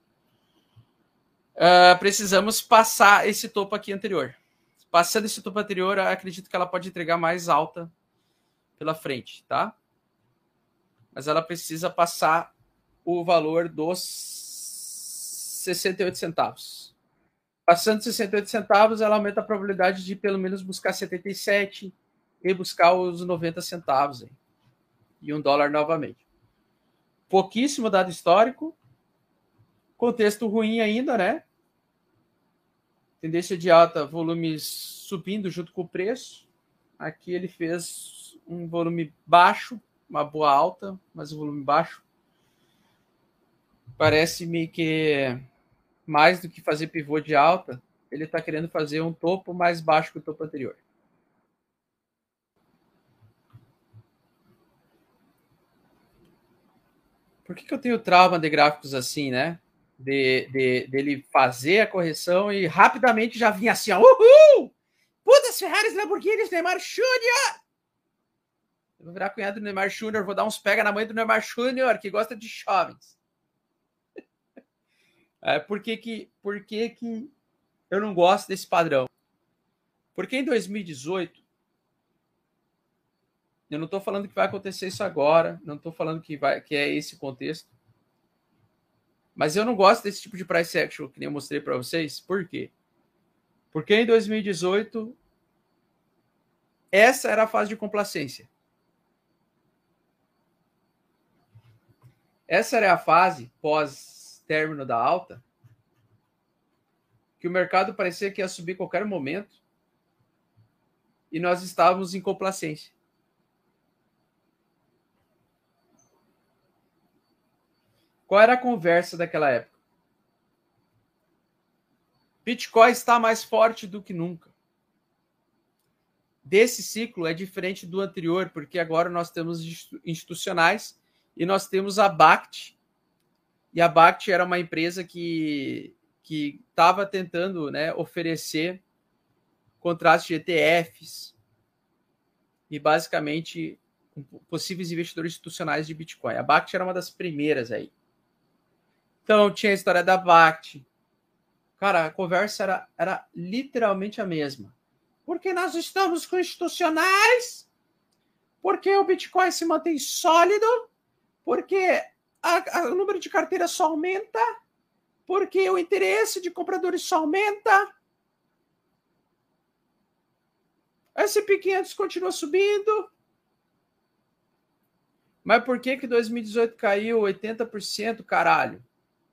S1: Precisamos passar esse topo aqui anterior. Passando esse topo anterior, acredito que ela pode entregar mais alta pela frente, tá? Mas ela precisa passar o valor dos 68 centavos. Passando 68 centavos, ela aumenta a probabilidade de pelo menos buscar 77 e buscar os 90 centavos. Hein? E $1 novamente. Pouquíssimo dado histórico. Contexto ruim ainda, né? Tendência de alta, volumes subindo junto com o preço. Aqui ele fez um volume baixo, uma boa alta, mas um volume baixo. Parece-me que mais do que fazer pivô de alta, ele está querendo fazer um topo mais baixo que o topo anterior. Por que eu tenho trauma de gráficos assim, né? Dele fazer a correção e rapidamente já vinha assim, ó, uhul! Putas, Ferraris, Lamborghinis, Neymar Júnior! Eu vou virar cunhado do Neymar Júnior, vou dar uns pega na mãe do Neymar Júnior, que gosta de jovens. Por que eu não gosto desse padrão? Porque em 2018, eu não estou falando que vai acontecer isso agora, não estou falando que é esse contexto, mas eu não gosto desse tipo de price action que nem eu mostrei para vocês. Por quê? Porque em 2018, essa era a fase de complacência. Essa era a fase pós-término da alta, que o mercado parecia que ia subir a qualquer momento e nós estávamos em complacência. Qual era a conversa daquela época? Bitcoin está mais forte do que nunca. Desse ciclo é diferente do anterior, porque agora nós temos institucionais e nós temos a BACT. E a BACT era uma empresa que estava tentando, né, oferecer contratos de ETFs e basicamente possíveis investidores institucionais de Bitcoin. A BACT era uma das primeiras aí. Então tinha a história da BACT. Cara, a conversa era literalmente a mesma. Porque nós estamos com institucionais, porque o Bitcoin se mantém sólido, porque o número de carteiras só aumenta, porque o interesse de compradores só aumenta. S&P 500 continua subindo. Mas por que 2018 caiu 80%, caralho?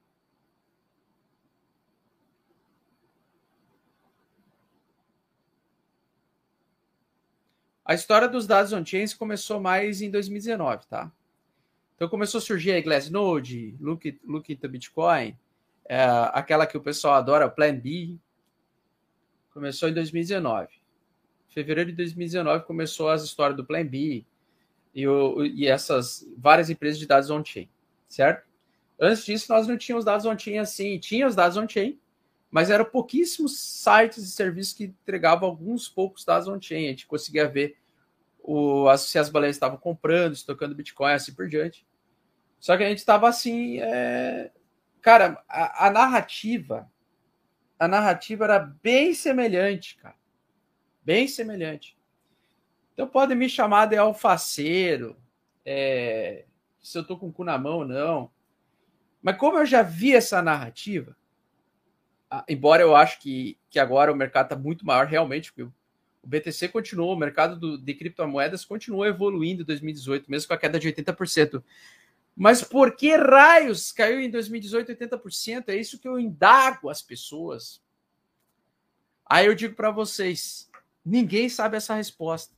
S1: A história dos dados on-chain começou mais em 2019, tá? Então começou a surgir a Glassnode, Look into Bitcoin, aquela que o pessoal adora, o Plan B. Começou em 2019. Em fevereiro de 2019 começou as histórias do Plan B e essas várias empresas de dados on-chain, certo? Antes disso, nós não tínhamos dados on-chain assim. Tinha os dados on-chain, mas eram pouquíssimos sites e serviços que entregavam alguns poucos dados on-chain. A gente conseguia ver se as baleias estavam comprando, estocando Bitcoin, assim por diante. Só que a gente estava assim... Cara, a narrativa era bem semelhante, cara. Bem semelhante. Então podem me chamar de alfaceiro, se eu tô com o cu na mão ou não. Mas como eu já vi essa narrativa, embora eu acho que agora o mercado está muito maior realmente, porque o BTC continuou, o mercado de criptomoedas continuou evoluindo em 2018, mesmo com a queda de 80%. Mas por que raios caiu em 2018 80%? É isso que eu indago as pessoas. Aí eu digo para vocês, ninguém sabe essa resposta.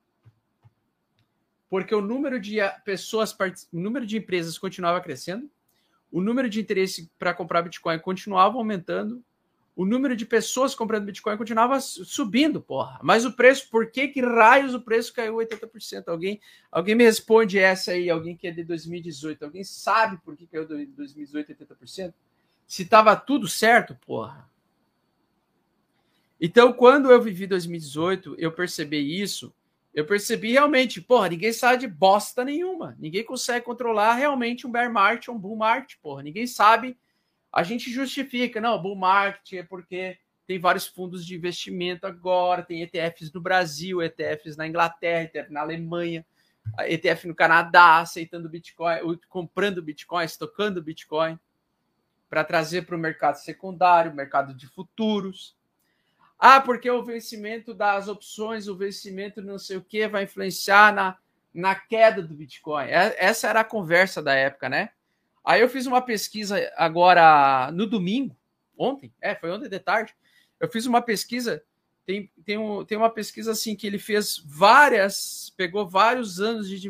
S1: Porque o número de pessoas, o número de empresas continuava crescendo, o número de interesse para comprar Bitcoin continuava aumentando, o número de pessoas comprando Bitcoin continuava subindo, porra. Mas o preço, por que raios o preço caiu 80%? Alguém me responde essa aí, alguém que é de 2018. Alguém sabe por que caiu de 2018 80%? Se estava tudo certo, porra. Então, quando eu vivi 2018, eu percebi isso. Eu percebi realmente, porra, ninguém sabe de bosta nenhuma. Ninguém consegue controlar realmente um bear market, um bull market, porra. Ninguém sabe. A gente justifica, não, bull market é porque tem vários fundos de investimento agora, tem ETFs no Brasil, ETFs na Inglaterra, ETF na Alemanha, ETF no Canadá, aceitando Bitcoin, comprando Bitcoin, estocando Bitcoin, para trazer para o mercado secundário, mercado de futuros. Porque o vencimento das opções, o vencimento não sei o que, vai influenciar na queda do Bitcoin. Essa era a conversa da época, né? Aí eu fiz uma pesquisa agora no domingo, ontem, foi ontem de tarde. Eu fiz uma pesquisa, tem uma pesquisa assim que ele fez pegou vários anos de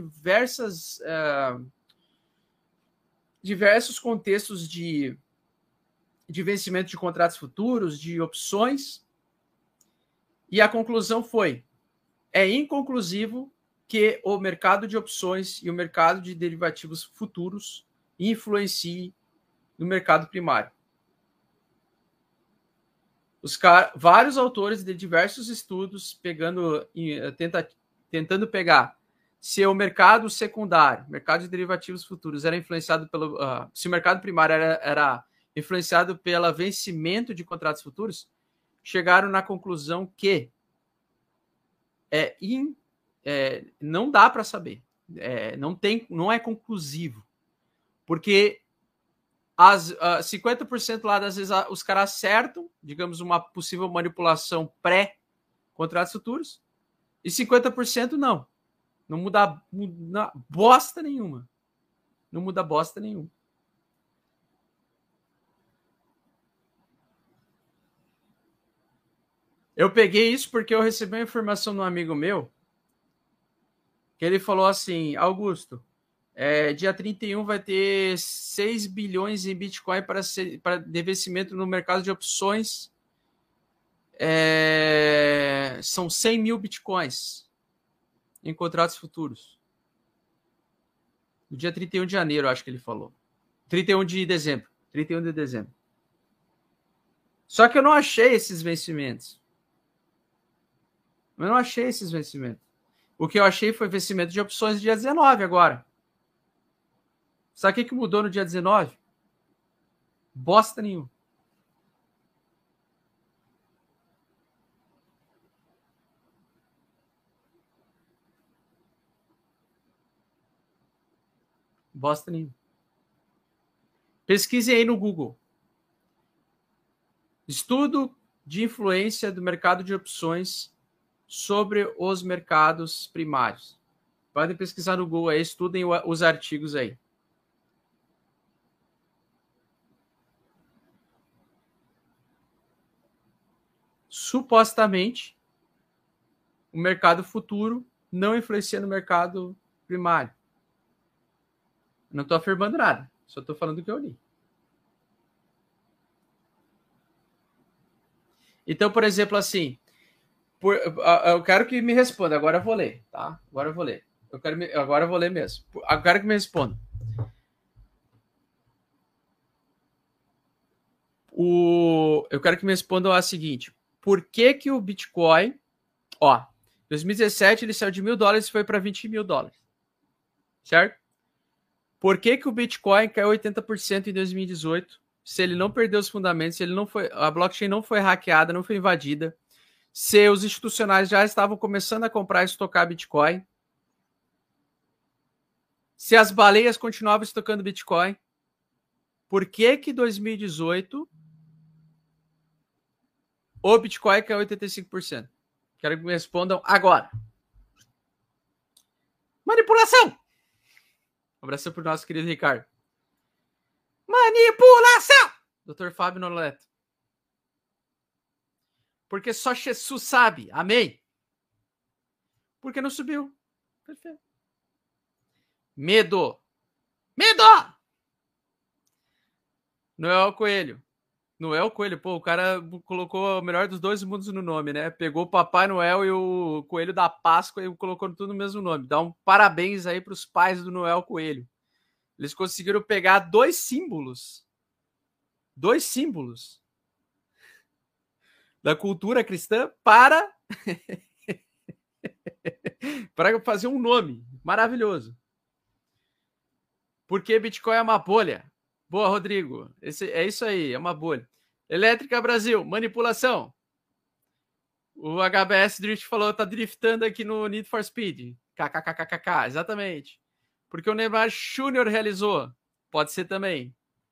S1: diversos contextos de vencimento de contratos futuros, de opções, e a conclusão foi: é inconclusivo que o mercado de opções e o mercado de derivativos futuros influencie no mercado primário. Vários autores de diversos estudos tentando pegar se o mercado secundário, mercado de derivativos futuros, era influenciado pelo... se o mercado primário era influenciado pelo vencimento de contratos futuros, chegaram na conclusão que não dá para saber. Não é conclusivo. Porque 50% lá, às vezes, os caras acertam, digamos, uma possível manipulação pré-contratos futuros, e 50% não. Não muda bosta nenhuma. Não muda bosta nenhuma. Eu peguei isso porque eu recebi uma informação de um amigo meu, que ele falou assim: Augusto, dia 31 vai ter 6 bilhões em Bitcoin para investimento no mercado de opções. São 100 mil Bitcoins em contratos futuros. No dia 31 de janeiro, acho que ele falou. 31 de dezembro. Só que eu não achei esses vencimentos. O que eu achei foi vencimento de opções dia 19 agora. Sabe o que mudou no dia 19? Bosta nenhuma. Bosta nenhuma. Pesquise aí no Google. Estudo de influência do mercado de opções sobre os mercados primários. Podem pesquisar no Google aí, estudem os artigos aí. Supostamente, o mercado futuro não influencia no mercado primário. Não estou afirmando nada, só estou falando o que eu li. Então, por exemplo, assim, eu quero que me responda, agora eu vou ler, tá? Agora eu vou ler. Agora eu vou ler mesmo. Eu quero que me responda. Eu quero que me respondam a seguinte: por que o Bitcoin, em 2017 ele saiu de $1.000 e foi para $20.000, certo? Por que o Bitcoin caiu 80% em 2018? Se ele não perdeu os fundamentos, se ele não foi, a blockchain não foi hackeada, não foi invadida, se os institucionais já estavam começando a comprar e estocar Bitcoin, se as baleias continuavam estocando Bitcoin, por que 2018 o Bitcoin caiu 85%? Quero que me respondam agora. Manipulação! Um abraço para o nosso querido Ricardo. Manipulação! Dr. Fábio Noleto. Porque só Jesus sabe. Amém. Porque não subiu. Perfeito. Medo. Noel Coelho. Pô, o cara colocou o melhor dos dois mundos no nome, né? Pegou o Papai Noel e o Coelho da Páscoa e colocou tudo no mesmo nome. Dá um parabéns aí para os pais do Noel Coelho. Eles conseguiram pegar dois símbolos da cultura cristã para fazer um nome maravilhoso. Porque Bitcoin é uma bolha. Boa, Rodrigo. É isso aí, é uma bolha. Elétrica Brasil, manipulação. O HBS Drift falou, tá driftando aqui no Need for Speed. KKKKK, exatamente. Porque o Neymar Júnior realizou. Pode ser também.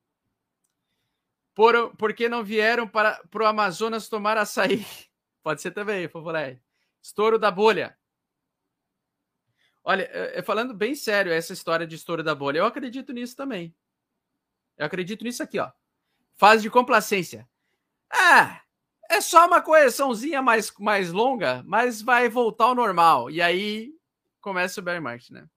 S1: Por que não vieram para o Amazonas tomar açaí? Pode ser também, Fofolé. Estouro da bolha. Olha, falando bem sério essa história de estouro da bolha, eu acredito nisso também. Eu acredito nisso aqui, ó. Fase de complacência. É só uma correçãozinha mais longa, mas vai voltar ao normal. E aí começa o bear market, né?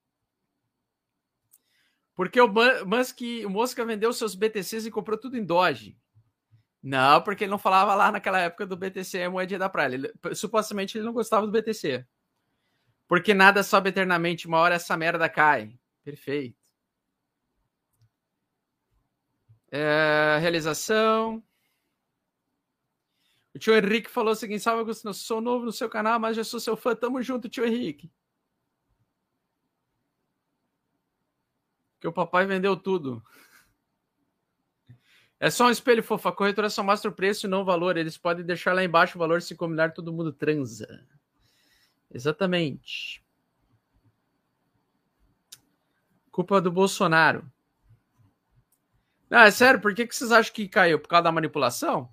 S1: Porque o Mosca vendeu seus BTCs e comprou tudo em Doge. Não, porque ele não falava lá naquela época do BTC é moedinha da praia. Supostamente ele não gostava do BTC. Porque nada sobe eternamente, uma hora essa merda cai. Perfeito. Realização. O tio Henrique falou o seguinte: salve, Augusto, sou novo no seu canal, mas já sou seu fã. Tamo junto, tio Henrique. Que o papai vendeu tudo. É só um espelho, fofa. A corretora só mostra o preço e não o valor. Eles podem deixar lá embaixo o valor, se combinar, todo mundo transa. Exatamente. Culpa do Bolsonaro. Não, é sério, por que vocês acham que caiu? Por causa da manipulação?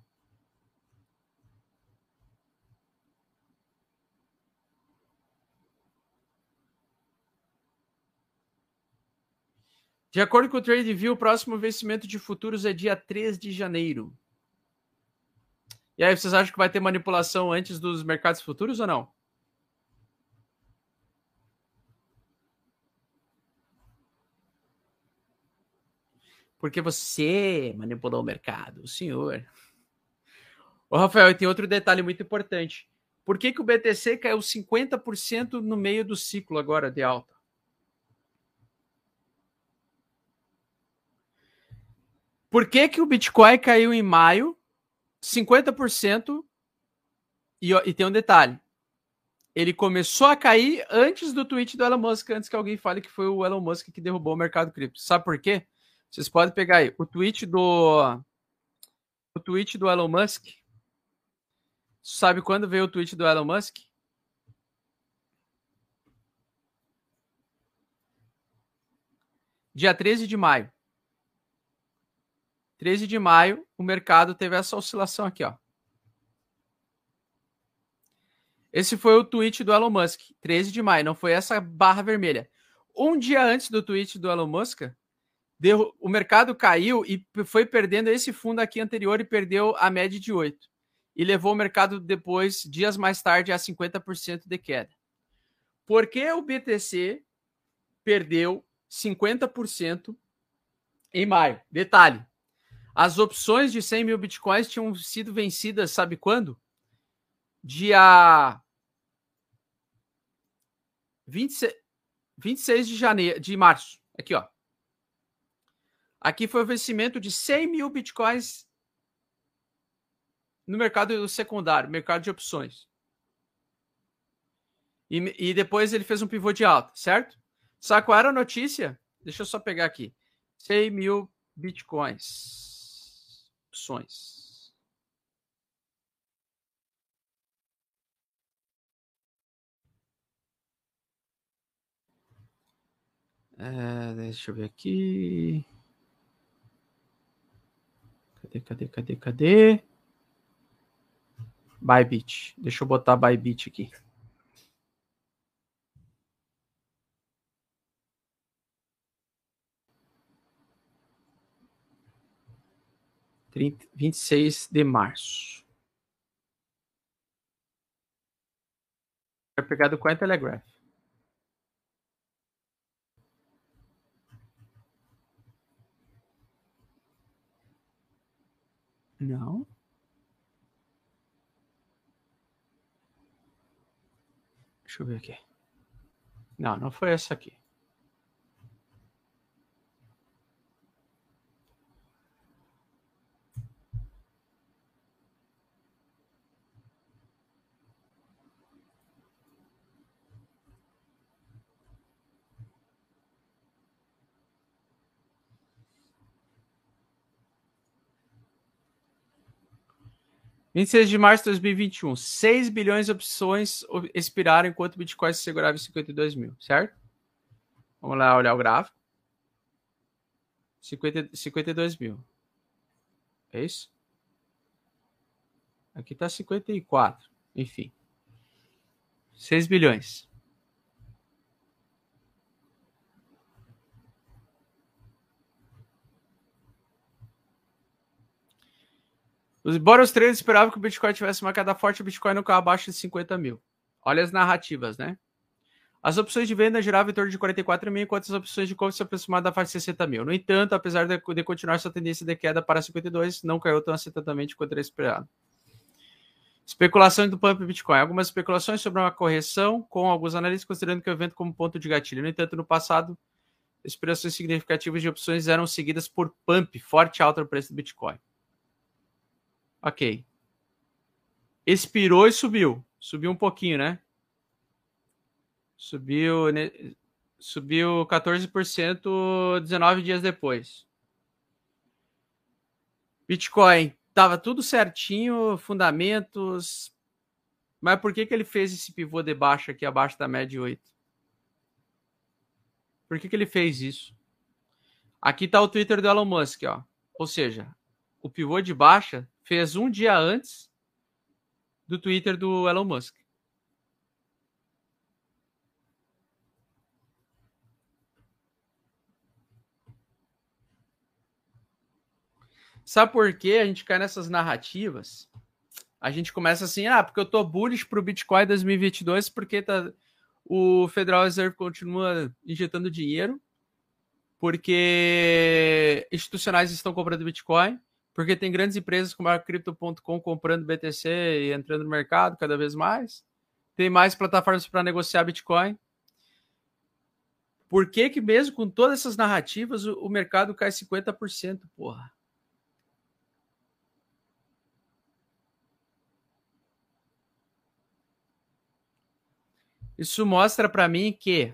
S1: De acordo com o TradeView, o próximo vencimento de futuros é dia 3 de janeiro. E aí, vocês acham que vai ter manipulação antes dos mercados futuros ou não? Porque você manipulou o mercado, o senhor. Ô, Rafael, e tem outro detalhe muito importante. Por que o BTC caiu 50% no meio do ciclo agora de alta? Por que o Bitcoin caiu em maio 50%? E tem um detalhe. Ele começou a cair antes do tweet do Elon Musk, antes que alguém fale que foi o Elon Musk que derrubou o mercado cripto. Sabe por quê? Vocês podem pegar aí o tweet do Elon Musk. Sabe quando veio o tweet do Elon Musk? Dia 13 de maio. 13 de maio, o mercado teve essa oscilação aqui, ó. Esse foi o tweet do Elon Musk, 13 de maio, não foi essa barra vermelha. Um dia antes do tweet do Elon Musk, o mercado caiu e foi perdendo esse fundo aqui anterior e perdeu a média de 8. E levou o mercado depois, dias mais tarde, a 50% de queda. Por que o BTC perdeu 50% em maio? Detalhe, as opções de 100 mil bitcoins tinham sido vencidas, sabe quando? Dia 26 de março. Aqui, ó. Aqui foi o vencimento de 100 mil bitcoins no mercado secundário, mercado de opções. E depois ele fez um pivô de alta, certo? Sabe qual era a notícia? Deixa eu só pegar aqui. 100 mil bitcoins. Opções. Deixa eu ver aqui. Cadê? Bybit. Deixa eu botar Bybit aqui. Dia 26 de março. Vai pegar do Cointelegraph. Não. Deixa eu ver aqui. Não foi essa aqui. Dia 26 de março de 2021, 6 bilhões de opções expiraram enquanto o Bitcoin se segurava em 52 mil, certo? Vamos lá olhar o gráfico. 52 mil. É isso? Aqui está 54. Enfim. 6 bilhões. Embora os traders esperavam que o Bitcoin tivesse uma queda forte, o Bitcoin nunca abaixo de 50 mil. Olha as narrativas, né? As opções de venda giravam em torno de 44 mil, enquanto as opções de compra se aproximavam da faixa de 60 mil. No entanto, apesar de continuar sua tendência de queda para 52, não caiu tão acertadamente quanto era esperado. Especulação do pump Bitcoin. Algumas especulações sobre uma correção, com alguns analistas considerando que o evento como ponto de gatilho. No entanto, no passado, Expirações significativas de opções eram seguidas por pump, forte alta no preço do Bitcoin. Ok. Expirou e subiu. Subiu um pouquinho, né? Subiu 14% 19 dias depois. Bitcoin, tava tudo certinho, fundamentos. Mas por que ele fez esse pivô de baixa aqui abaixo da média 8? Por que ele fez isso? Aqui tá o Twitter do Elon Musk, ó. Ou seja, o pivô de baixa fez um dia antes do Twitter do Elon Musk. Sabe por que a gente cai nessas narrativas? A gente começa assim, porque eu tô bullish pro Bitcoin 2022 porque o Federal Reserve continua injetando dinheiro, porque institucionais estão comprando Bitcoin, porque tem grandes empresas como a Crypto.com comprando BTC e entrando no mercado cada vez mais. Tem mais plataformas para negociar Bitcoin. Por que mesmo com todas essas narrativas o mercado cai 50%, porra? Isso mostra para mim que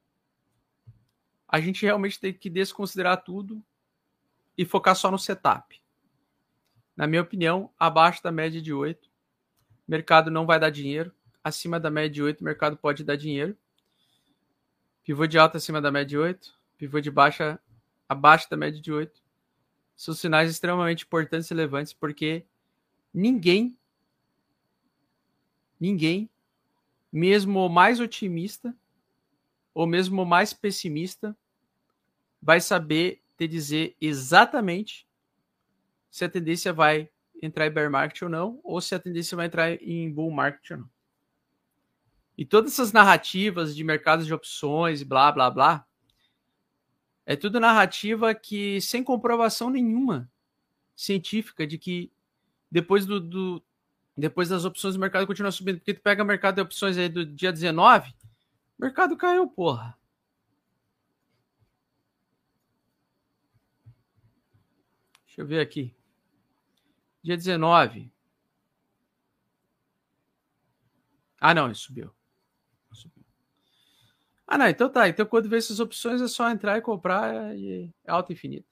S1: a gente realmente tem que desconsiderar tudo e focar só no setup. Na minha opinião, abaixo da média de 8, o mercado não vai dar dinheiro. Acima da média de 8, o mercado pode dar dinheiro. Pivô de alta acima da média de 8, pivô de baixa abaixo da média de 8. São sinais extremamente importantes e relevantes, porque ninguém, mesmo o mais otimista ou mesmo o mais pessimista, vai saber te dizer exatamente se a tendência vai entrar em bear market ou não, ou se a tendência vai entrar em bull market ou não. E todas essas narrativas de mercados de opções e blá, blá, blá, é tudo narrativa que sem comprovação nenhuma científica de que depois depois das opções o mercado continua subindo. Porque tu pega o mercado de opções aí do dia 19, o mercado caiu, porra. Deixa eu ver aqui. Dia 19. Não, ele subiu. Não, então tá. Então quando vê essas opções é só entrar e comprar e é alta infinita.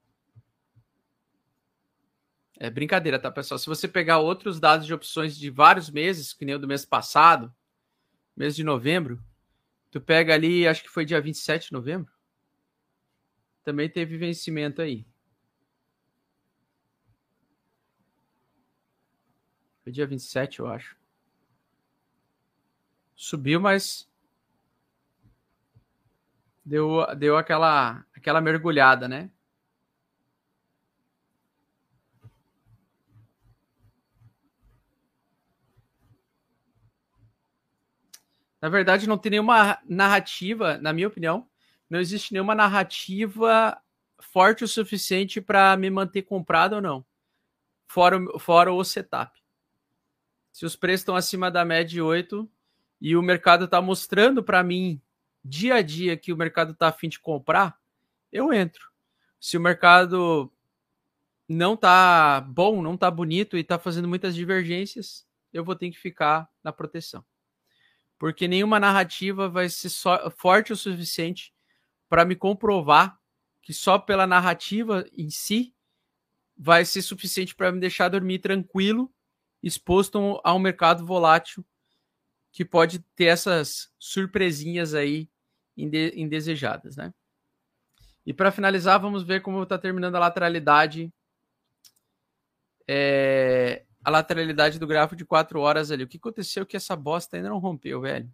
S1: É brincadeira, tá, pessoal? Se você pegar outros dados de opções de vários meses, que nem o do mês passado, mês de novembro, tu pega ali, acho que foi dia 27 de novembro, também teve vencimento aí. Foi dia 27, eu acho. Subiu, mas deu aquela mergulhada, né? Na verdade, não tem nenhuma narrativa, na minha opinião, não existe nenhuma narrativa forte o suficiente para me manter comprado ou não. Fora o setup. Se os preços estão acima da média de 8 e o mercado está mostrando para mim dia a dia que o mercado está a fim de comprar, eu entro. Se o mercado não está bom, não está bonito e está fazendo muitas divergências, eu vou ter que ficar na proteção. Porque nenhuma narrativa vai ser forte o suficiente para me comprovar que só pela narrativa em si vai ser suficiente para me deixar dormir tranquilo, exposto a um mercado volátil que pode ter essas surpresinhas aí indesejadas, né? E para finalizar, vamos ver como está terminando a lateralidade. A lateralidade do gráfico de 4 horas ali. O que aconteceu que essa bosta ainda não rompeu, velho?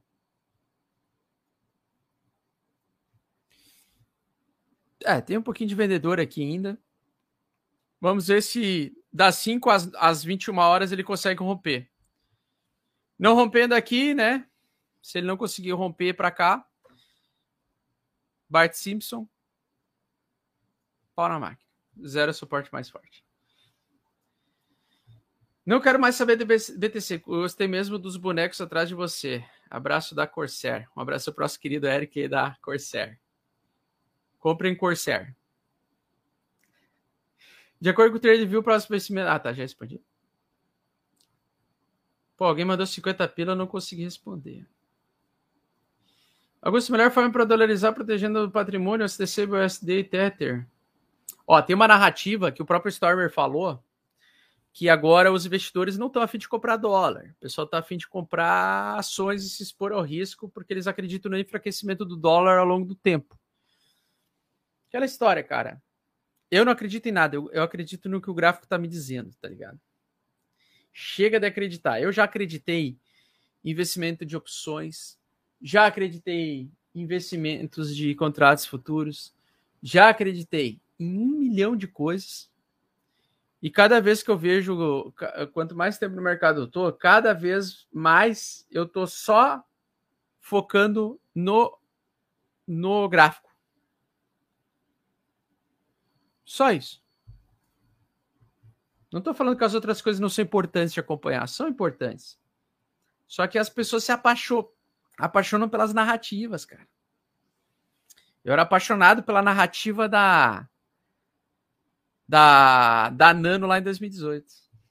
S1: Tem um pouquinho de vendedor aqui ainda. Vamos ver se das 5 às 21 horas ele consegue romper. Não rompendo aqui, né? Se ele não conseguir romper para cá, Bart Simpson, pau na máquina. 0 suporte mais forte. Não quero mais saber de BTC. Gostei mesmo dos bonecos atrás de você. Abraço da Corsair. Um abraço para o nosso querido Eric da Corsair. Comprem Corsair. De acordo com o TradingView, o próximo vencimento... Ah, tá, já respondi. Pô, alguém mandou 50 pila, eu não consegui responder. Augusto, melhor forma para dolarizar protegendo o patrimônio, SDC, USD e Tether. Ó, tem uma narrativa que o próprio Stormer falou, que agora os investidores não estão a fim de comprar dólar. O pessoal está a fim de comprar ações e se expor ao risco, porque eles acreditam no enfraquecimento do dólar ao longo do tempo. Aquela história, cara. Eu não acredito em nada, eu acredito no que o gráfico está me dizendo, tá ligado? Chega de acreditar. Eu já acreditei em investimento de opções, já acreditei em investimentos de contratos futuros, já acreditei em 1 milhão de coisas. E cada vez que eu vejo, quanto mais tempo no mercado eu tô, cada vez mais eu tô só focando no gráfico. Só isso. Não tô falando que as outras coisas não são importantes de acompanhar, são importantes. Só que as pessoas se apaixonam pelas narrativas, cara. Eu era apaixonado pela narrativa da Nano lá em 2018.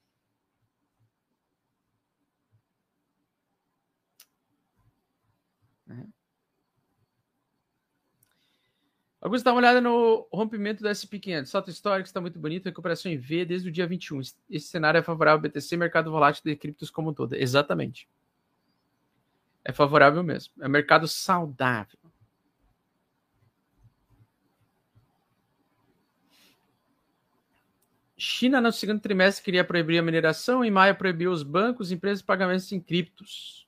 S1: Augusto, dá uma olhada no rompimento do SP500. Salto histórico, está muito bonito. Recuperação em V desde o dia 21. Esse cenário é favorável ao BTC, mercado volátil de criptos como um todo. Exatamente. É favorável mesmo. É um mercado saudável. China, no segundo trimestre, queria proibir a mineração. Em maio, proibiu os bancos e empresas de pagamentos em criptos.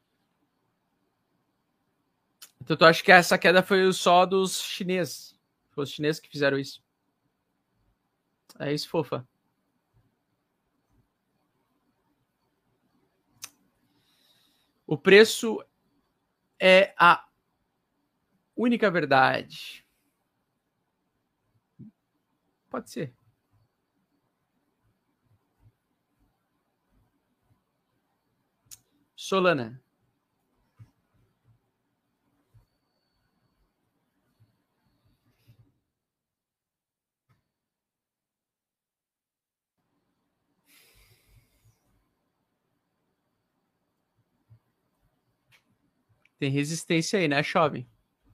S1: Então, tu acha que essa queda foi só dos chineses? Foi os chineses que fizeram isso. É isso, fofa. O preço é a única verdade. Pode ser. Solana. Tem resistência aí, né, Chove?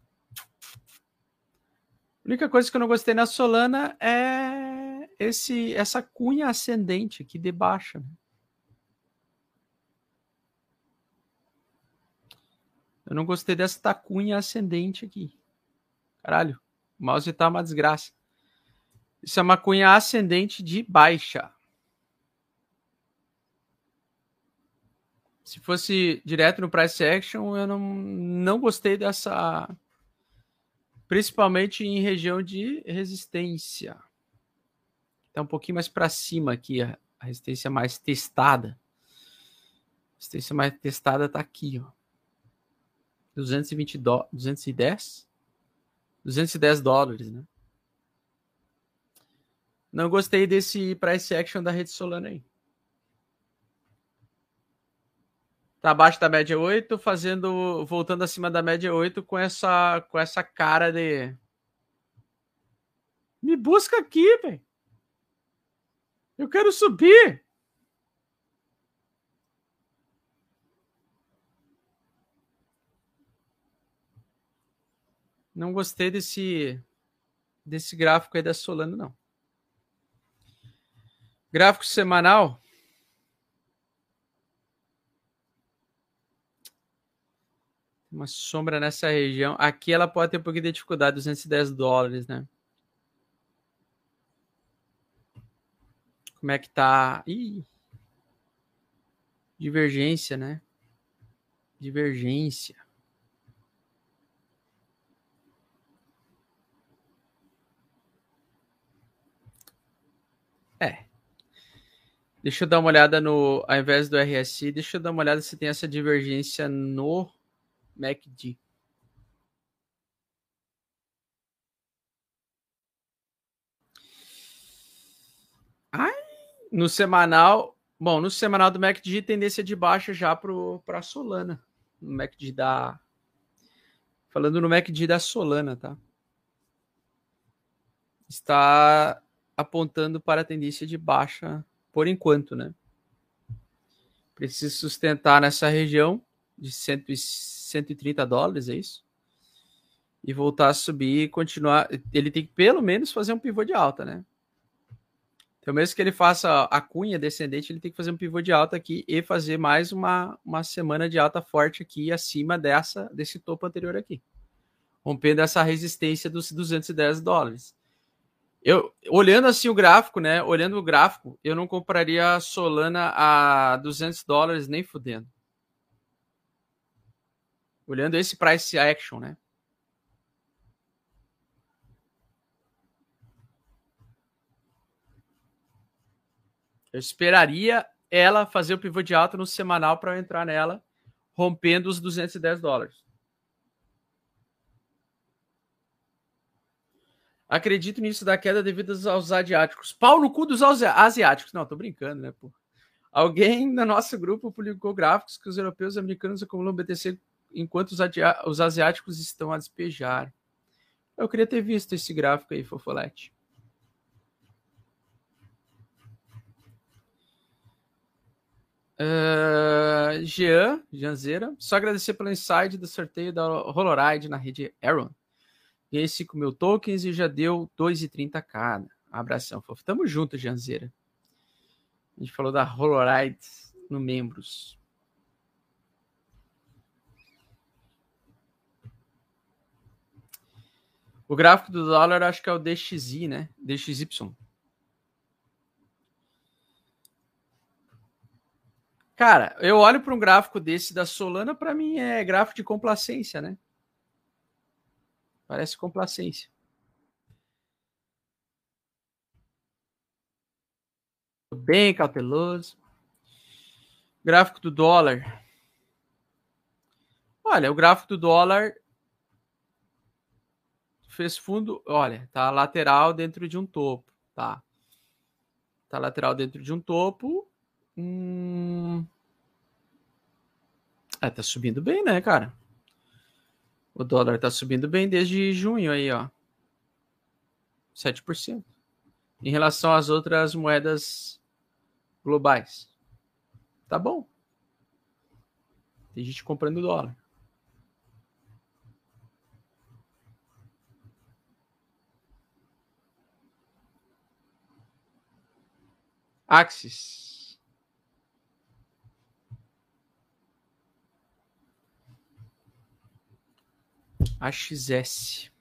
S1: A única coisa que eu não gostei na Solana é essa cunha ascendente aqui de baixa. Eu não gostei dessa cunha ascendente aqui. Caralho, o mouse tá uma desgraça. Isso é uma cunha ascendente de baixa. Se fosse direto no price action, eu não gostei dessa... Principalmente em região de resistência. Tá um pouquinho mais para cima aqui, a resistência mais testada. A resistência mais testada tá aqui, ó. 210 dólares, né? Não gostei desse price action da rede Solana aí. Tá abaixo da média 8, voltando acima da média 8 com essa cara de... Me busca aqui, velho. Eu quero subir. Não gostei desse gráfico aí da Solana, não. Gráfico semanal. Uma sombra nessa região. Aqui ela pode ter um pouquinho de dificuldade, 210 dólares, né? Como é que tá? Ih, divergência, né? Divergência. Deixa eu dar uma olhada no... Ao invés do RSI, deixa eu dar uma olhada se tem essa divergência no MACD. Ai, no semanal... Bom, no semanal do MACD, tendência de baixa já para a Solana. No MACD da... Falando no MACD da Solana, tá? está apontando para a tendência de baixa por enquanto, né? Precisa sustentar nessa região de 130 dólares, é isso? E voltar a subir e continuar. Ele tem que pelo menos fazer um pivô de alta, né? Então, mesmo que ele faça a cunha descendente, ele tem que fazer um pivô de alta aqui e fazer mais uma semana de alta forte aqui acima desse topo anterior aqui, rompendo essa resistência dos 210 dólares. Eu, olhando assim o gráfico, né? Olhando o gráfico, eu não compraria a Solana a 200 dólares nem fudendo. Olhando esse price action, né? Eu esperaria ela fazer o pivô de alta no semanal para eu entrar nela, rompendo os 210 dólares. Acredito nisso da queda devido aos asiáticos. Pau no cu dos asiáticos. Não, tô brincando, né, pô? Alguém no nosso grupo publicou gráficos que os europeus e americanos acumulam BTC enquanto os asiáticos estão a despejar. Eu queria ter visto esse gráfico aí, Fofolete. Janzeira. Só agradecer pelo insight do sorteio da Holoride na rede Aaron. Ganhei 5 mil tokens e já deu 2,30 cada. Abração, fofo. Tamo junto, Janzeira. A gente falou da Holoride no Membros. O gráfico do dólar acho que é o DXY, né? DXY. Cara, eu olho para um gráfico desse da Solana, para mim é gráfico de complacência, né? Parece complacência. Bem cauteloso. Gráfico do dólar. Olha, o gráfico do dólar fez fundo. Olha, tá lateral dentro de um topo. Tá lateral dentro de um topo. Tá subindo bem, né, cara? O dólar tá subindo bem desde junho aí, ó. 7%. Em relação às outras moedas globais. Tá bom. Tem gente comprando dólar. Axis. AXS.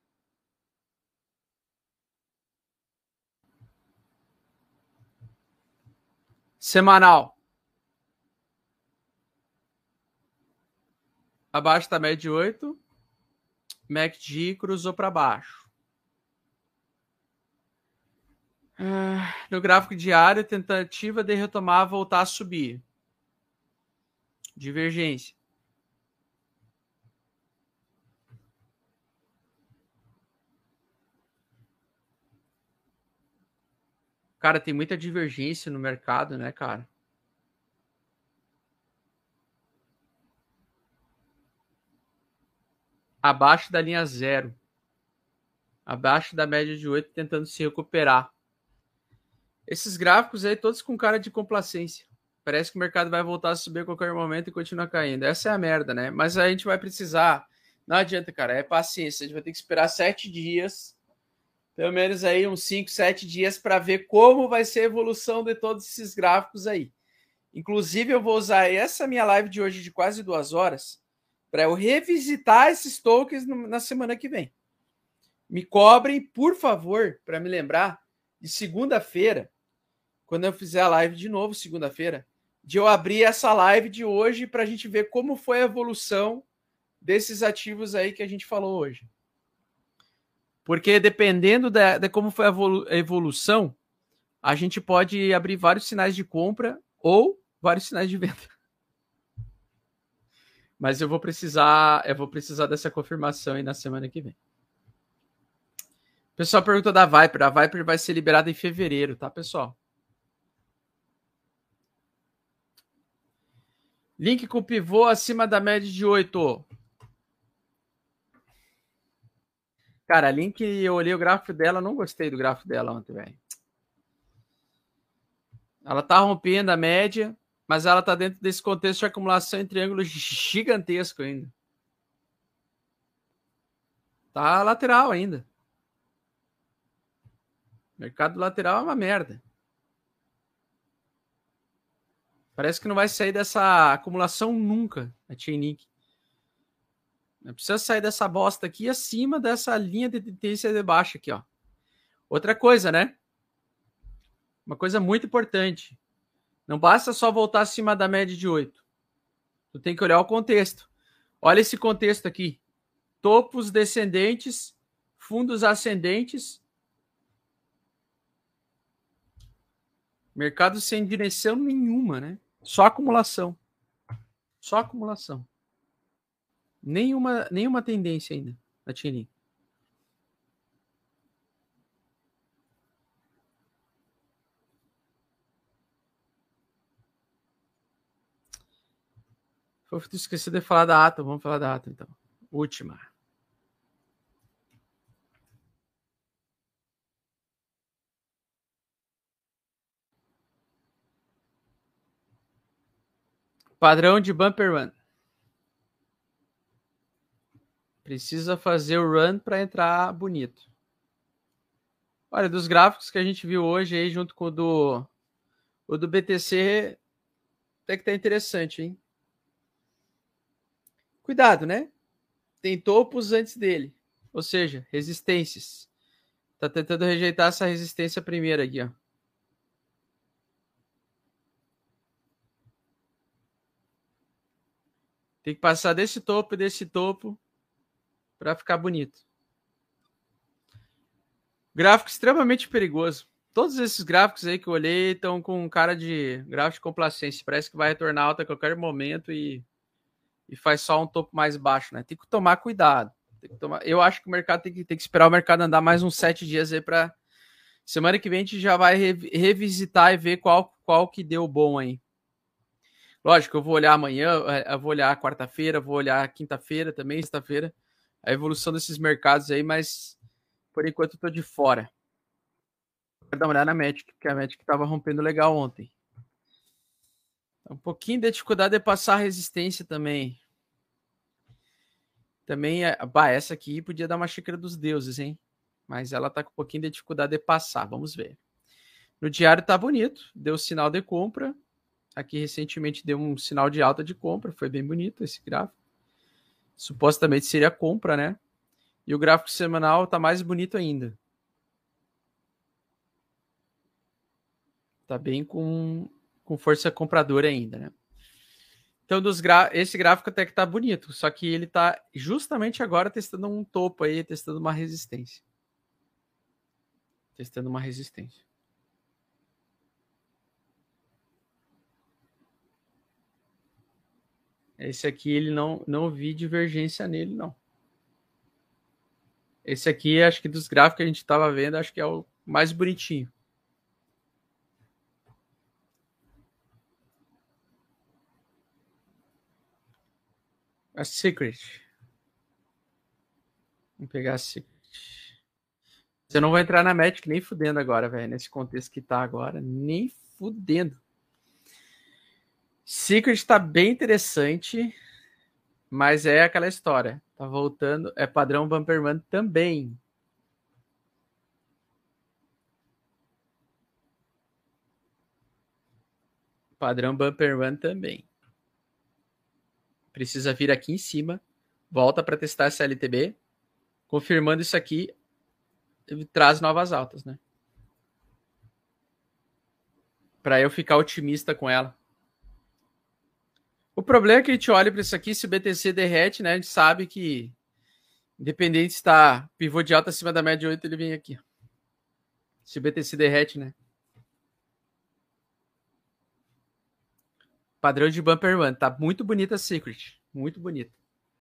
S1: Semanal. Abaixo da média de 8. MACD cruzou para baixo. No gráfico diário, tentativa de retomar, voltar a subir. Divergência. Cara, tem muita divergência no mercado, né, cara? Abaixo da linha 0. Abaixo da média de 8, tentando se recuperar. Esses gráficos aí, todos com cara de complacência. Parece que o mercado vai voltar a subir a qualquer momento e continuar caindo. Essa é a merda, né? Mas a gente vai precisar. Não adianta, cara. É paciência. A gente vai ter que esperar 7 dias. Pelo menos aí uns 5, 7 dias para ver como vai ser a evolução de todos esses gráficos aí. Inclusive, eu vou usar essa minha live de hoje de quase 2 horas para eu revisitar esses tokens na semana que vem. Me cobrem, por favor, para me lembrar, de segunda-feira, quando eu fizer a live de novo, segunda-feira, de eu abrir essa live de hoje para a gente ver como foi a evolução desses ativos aí que a gente falou hoje. Porque dependendo de como foi a evolução, a gente pode abrir vários sinais de compra ou vários sinais de venda. Mas eu vou precisar dessa confirmação aí na semana que vem. O pessoal perguntou da Viper. A Viper vai ser liberada em fevereiro, tá, pessoal? Link com pivô acima da média de 8. Cara, a Link, eu olhei o gráfico dela, não gostei do gráfico dela ontem, velho. Ela tá rompendo a média, mas ela tá dentro desse contexto de acumulação em triângulo gigantesco ainda. Tá lateral ainda. Mercado lateral é uma merda. Parece que não vai sair dessa acumulação nunca, a Chainlink. Precisa sair dessa bosta aqui acima dessa linha de tendência de baixa aqui, ó. Outra coisa, né? Uma coisa muito importante. Não basta só voltar acima da média de 8. Tu tem que olhar o contexto. Olha esse contexto aqui. Topos descendentes, fundos ascendentes. Mercado sem direção nenhuma, né? Só acumulação. Só acumulação. Nenhuma tendência ainda na Chainlink. Eu esqueci de falar da Atom. Vamos falar da Atom, então. Última. Padrão de bumper run. Precisa fazer o run para entrar bonito. Olha, dos gráficos que a gente viu hoje aí, junto com o do BTC, até que tá interessante, hein? Cuidado, né? Tem topos antes dele. Ou seja, resistências. Tá tentando rejeitar essa resistência primeira aqui, ó. Tem que passar desse topo e desse topo para ficar bonito. Gráfico extremamente perigoso. Todos esses gráficos aí que eu olhei estão com cara de gráfico de complacência. Parece que vai retornar alta a qualquer momento e faz só um topo mais baixo, né? Tem que tomar cuidado. Eu acho que o mercado tem que esperar o mercado andar mais uns 7 dias aí para semana que vem a gente já vai revisitar e ver qual que deu bom aí. Lógico, eu vou olhar amanhã, eu vou olhar quarta-feira, vou olhar quinta-feira também, sexta-feira, a evolução desses mercados aí, mas por enquanto eu tô de fora. Vou dar uma olhada na Matic, porque a Matic estava rompendo legal ontem. Um pouquinho de dificuldade de passar a resistência também. Também, essa aqui podia dar uma xícara dos deuses, hein? Mas ela tá com um pouquinho de dificuldade de passar, vamos ver. No diário tá bonito, deu sinal de compra. Aqui recentemente deu um sinal de alta de compra, foi bem bonito esse gráfico. Supostamente seria compra, né? E o gráfico semanal tá mais bonito ainda. Tá bem com força compradora ainda, né? Então, esse gráfico até que tá bonito, só que ele tá justamente agora testando um topo aí, testando uma resistência. Testando uma resistência. Esse aqui, ele não vi divergência nele, não. Esse aqui, acho que dos gráficos que a gente estava vendo, acho que é o mais bonitinho. A Secret. Vamos pegar a Secret. Você não vai entrar na Magic nem fudendo agora, velho. Nesse contexto que tá agora. Nem fudendo. Secret tá bem interessante. Mas é aquela história. Tá voltando. É padrão Bumper Run também. Padrão Bumper Run também. Precisa vir aqui em cima. Volta para testar essa LTB. Confirmando isso aqui, traz novas altas, né? Para eu ficar otimista com ela. O problema é que a gente olha para isso aqui, se o BTC derrete, né? A gente sabe que, independente se está pivô de alta acima da média 8, ele vem aqui. Se o BTC derrete, né? Padrão de Bumper Run. Tá muito bonita a Secret. Muito bonita.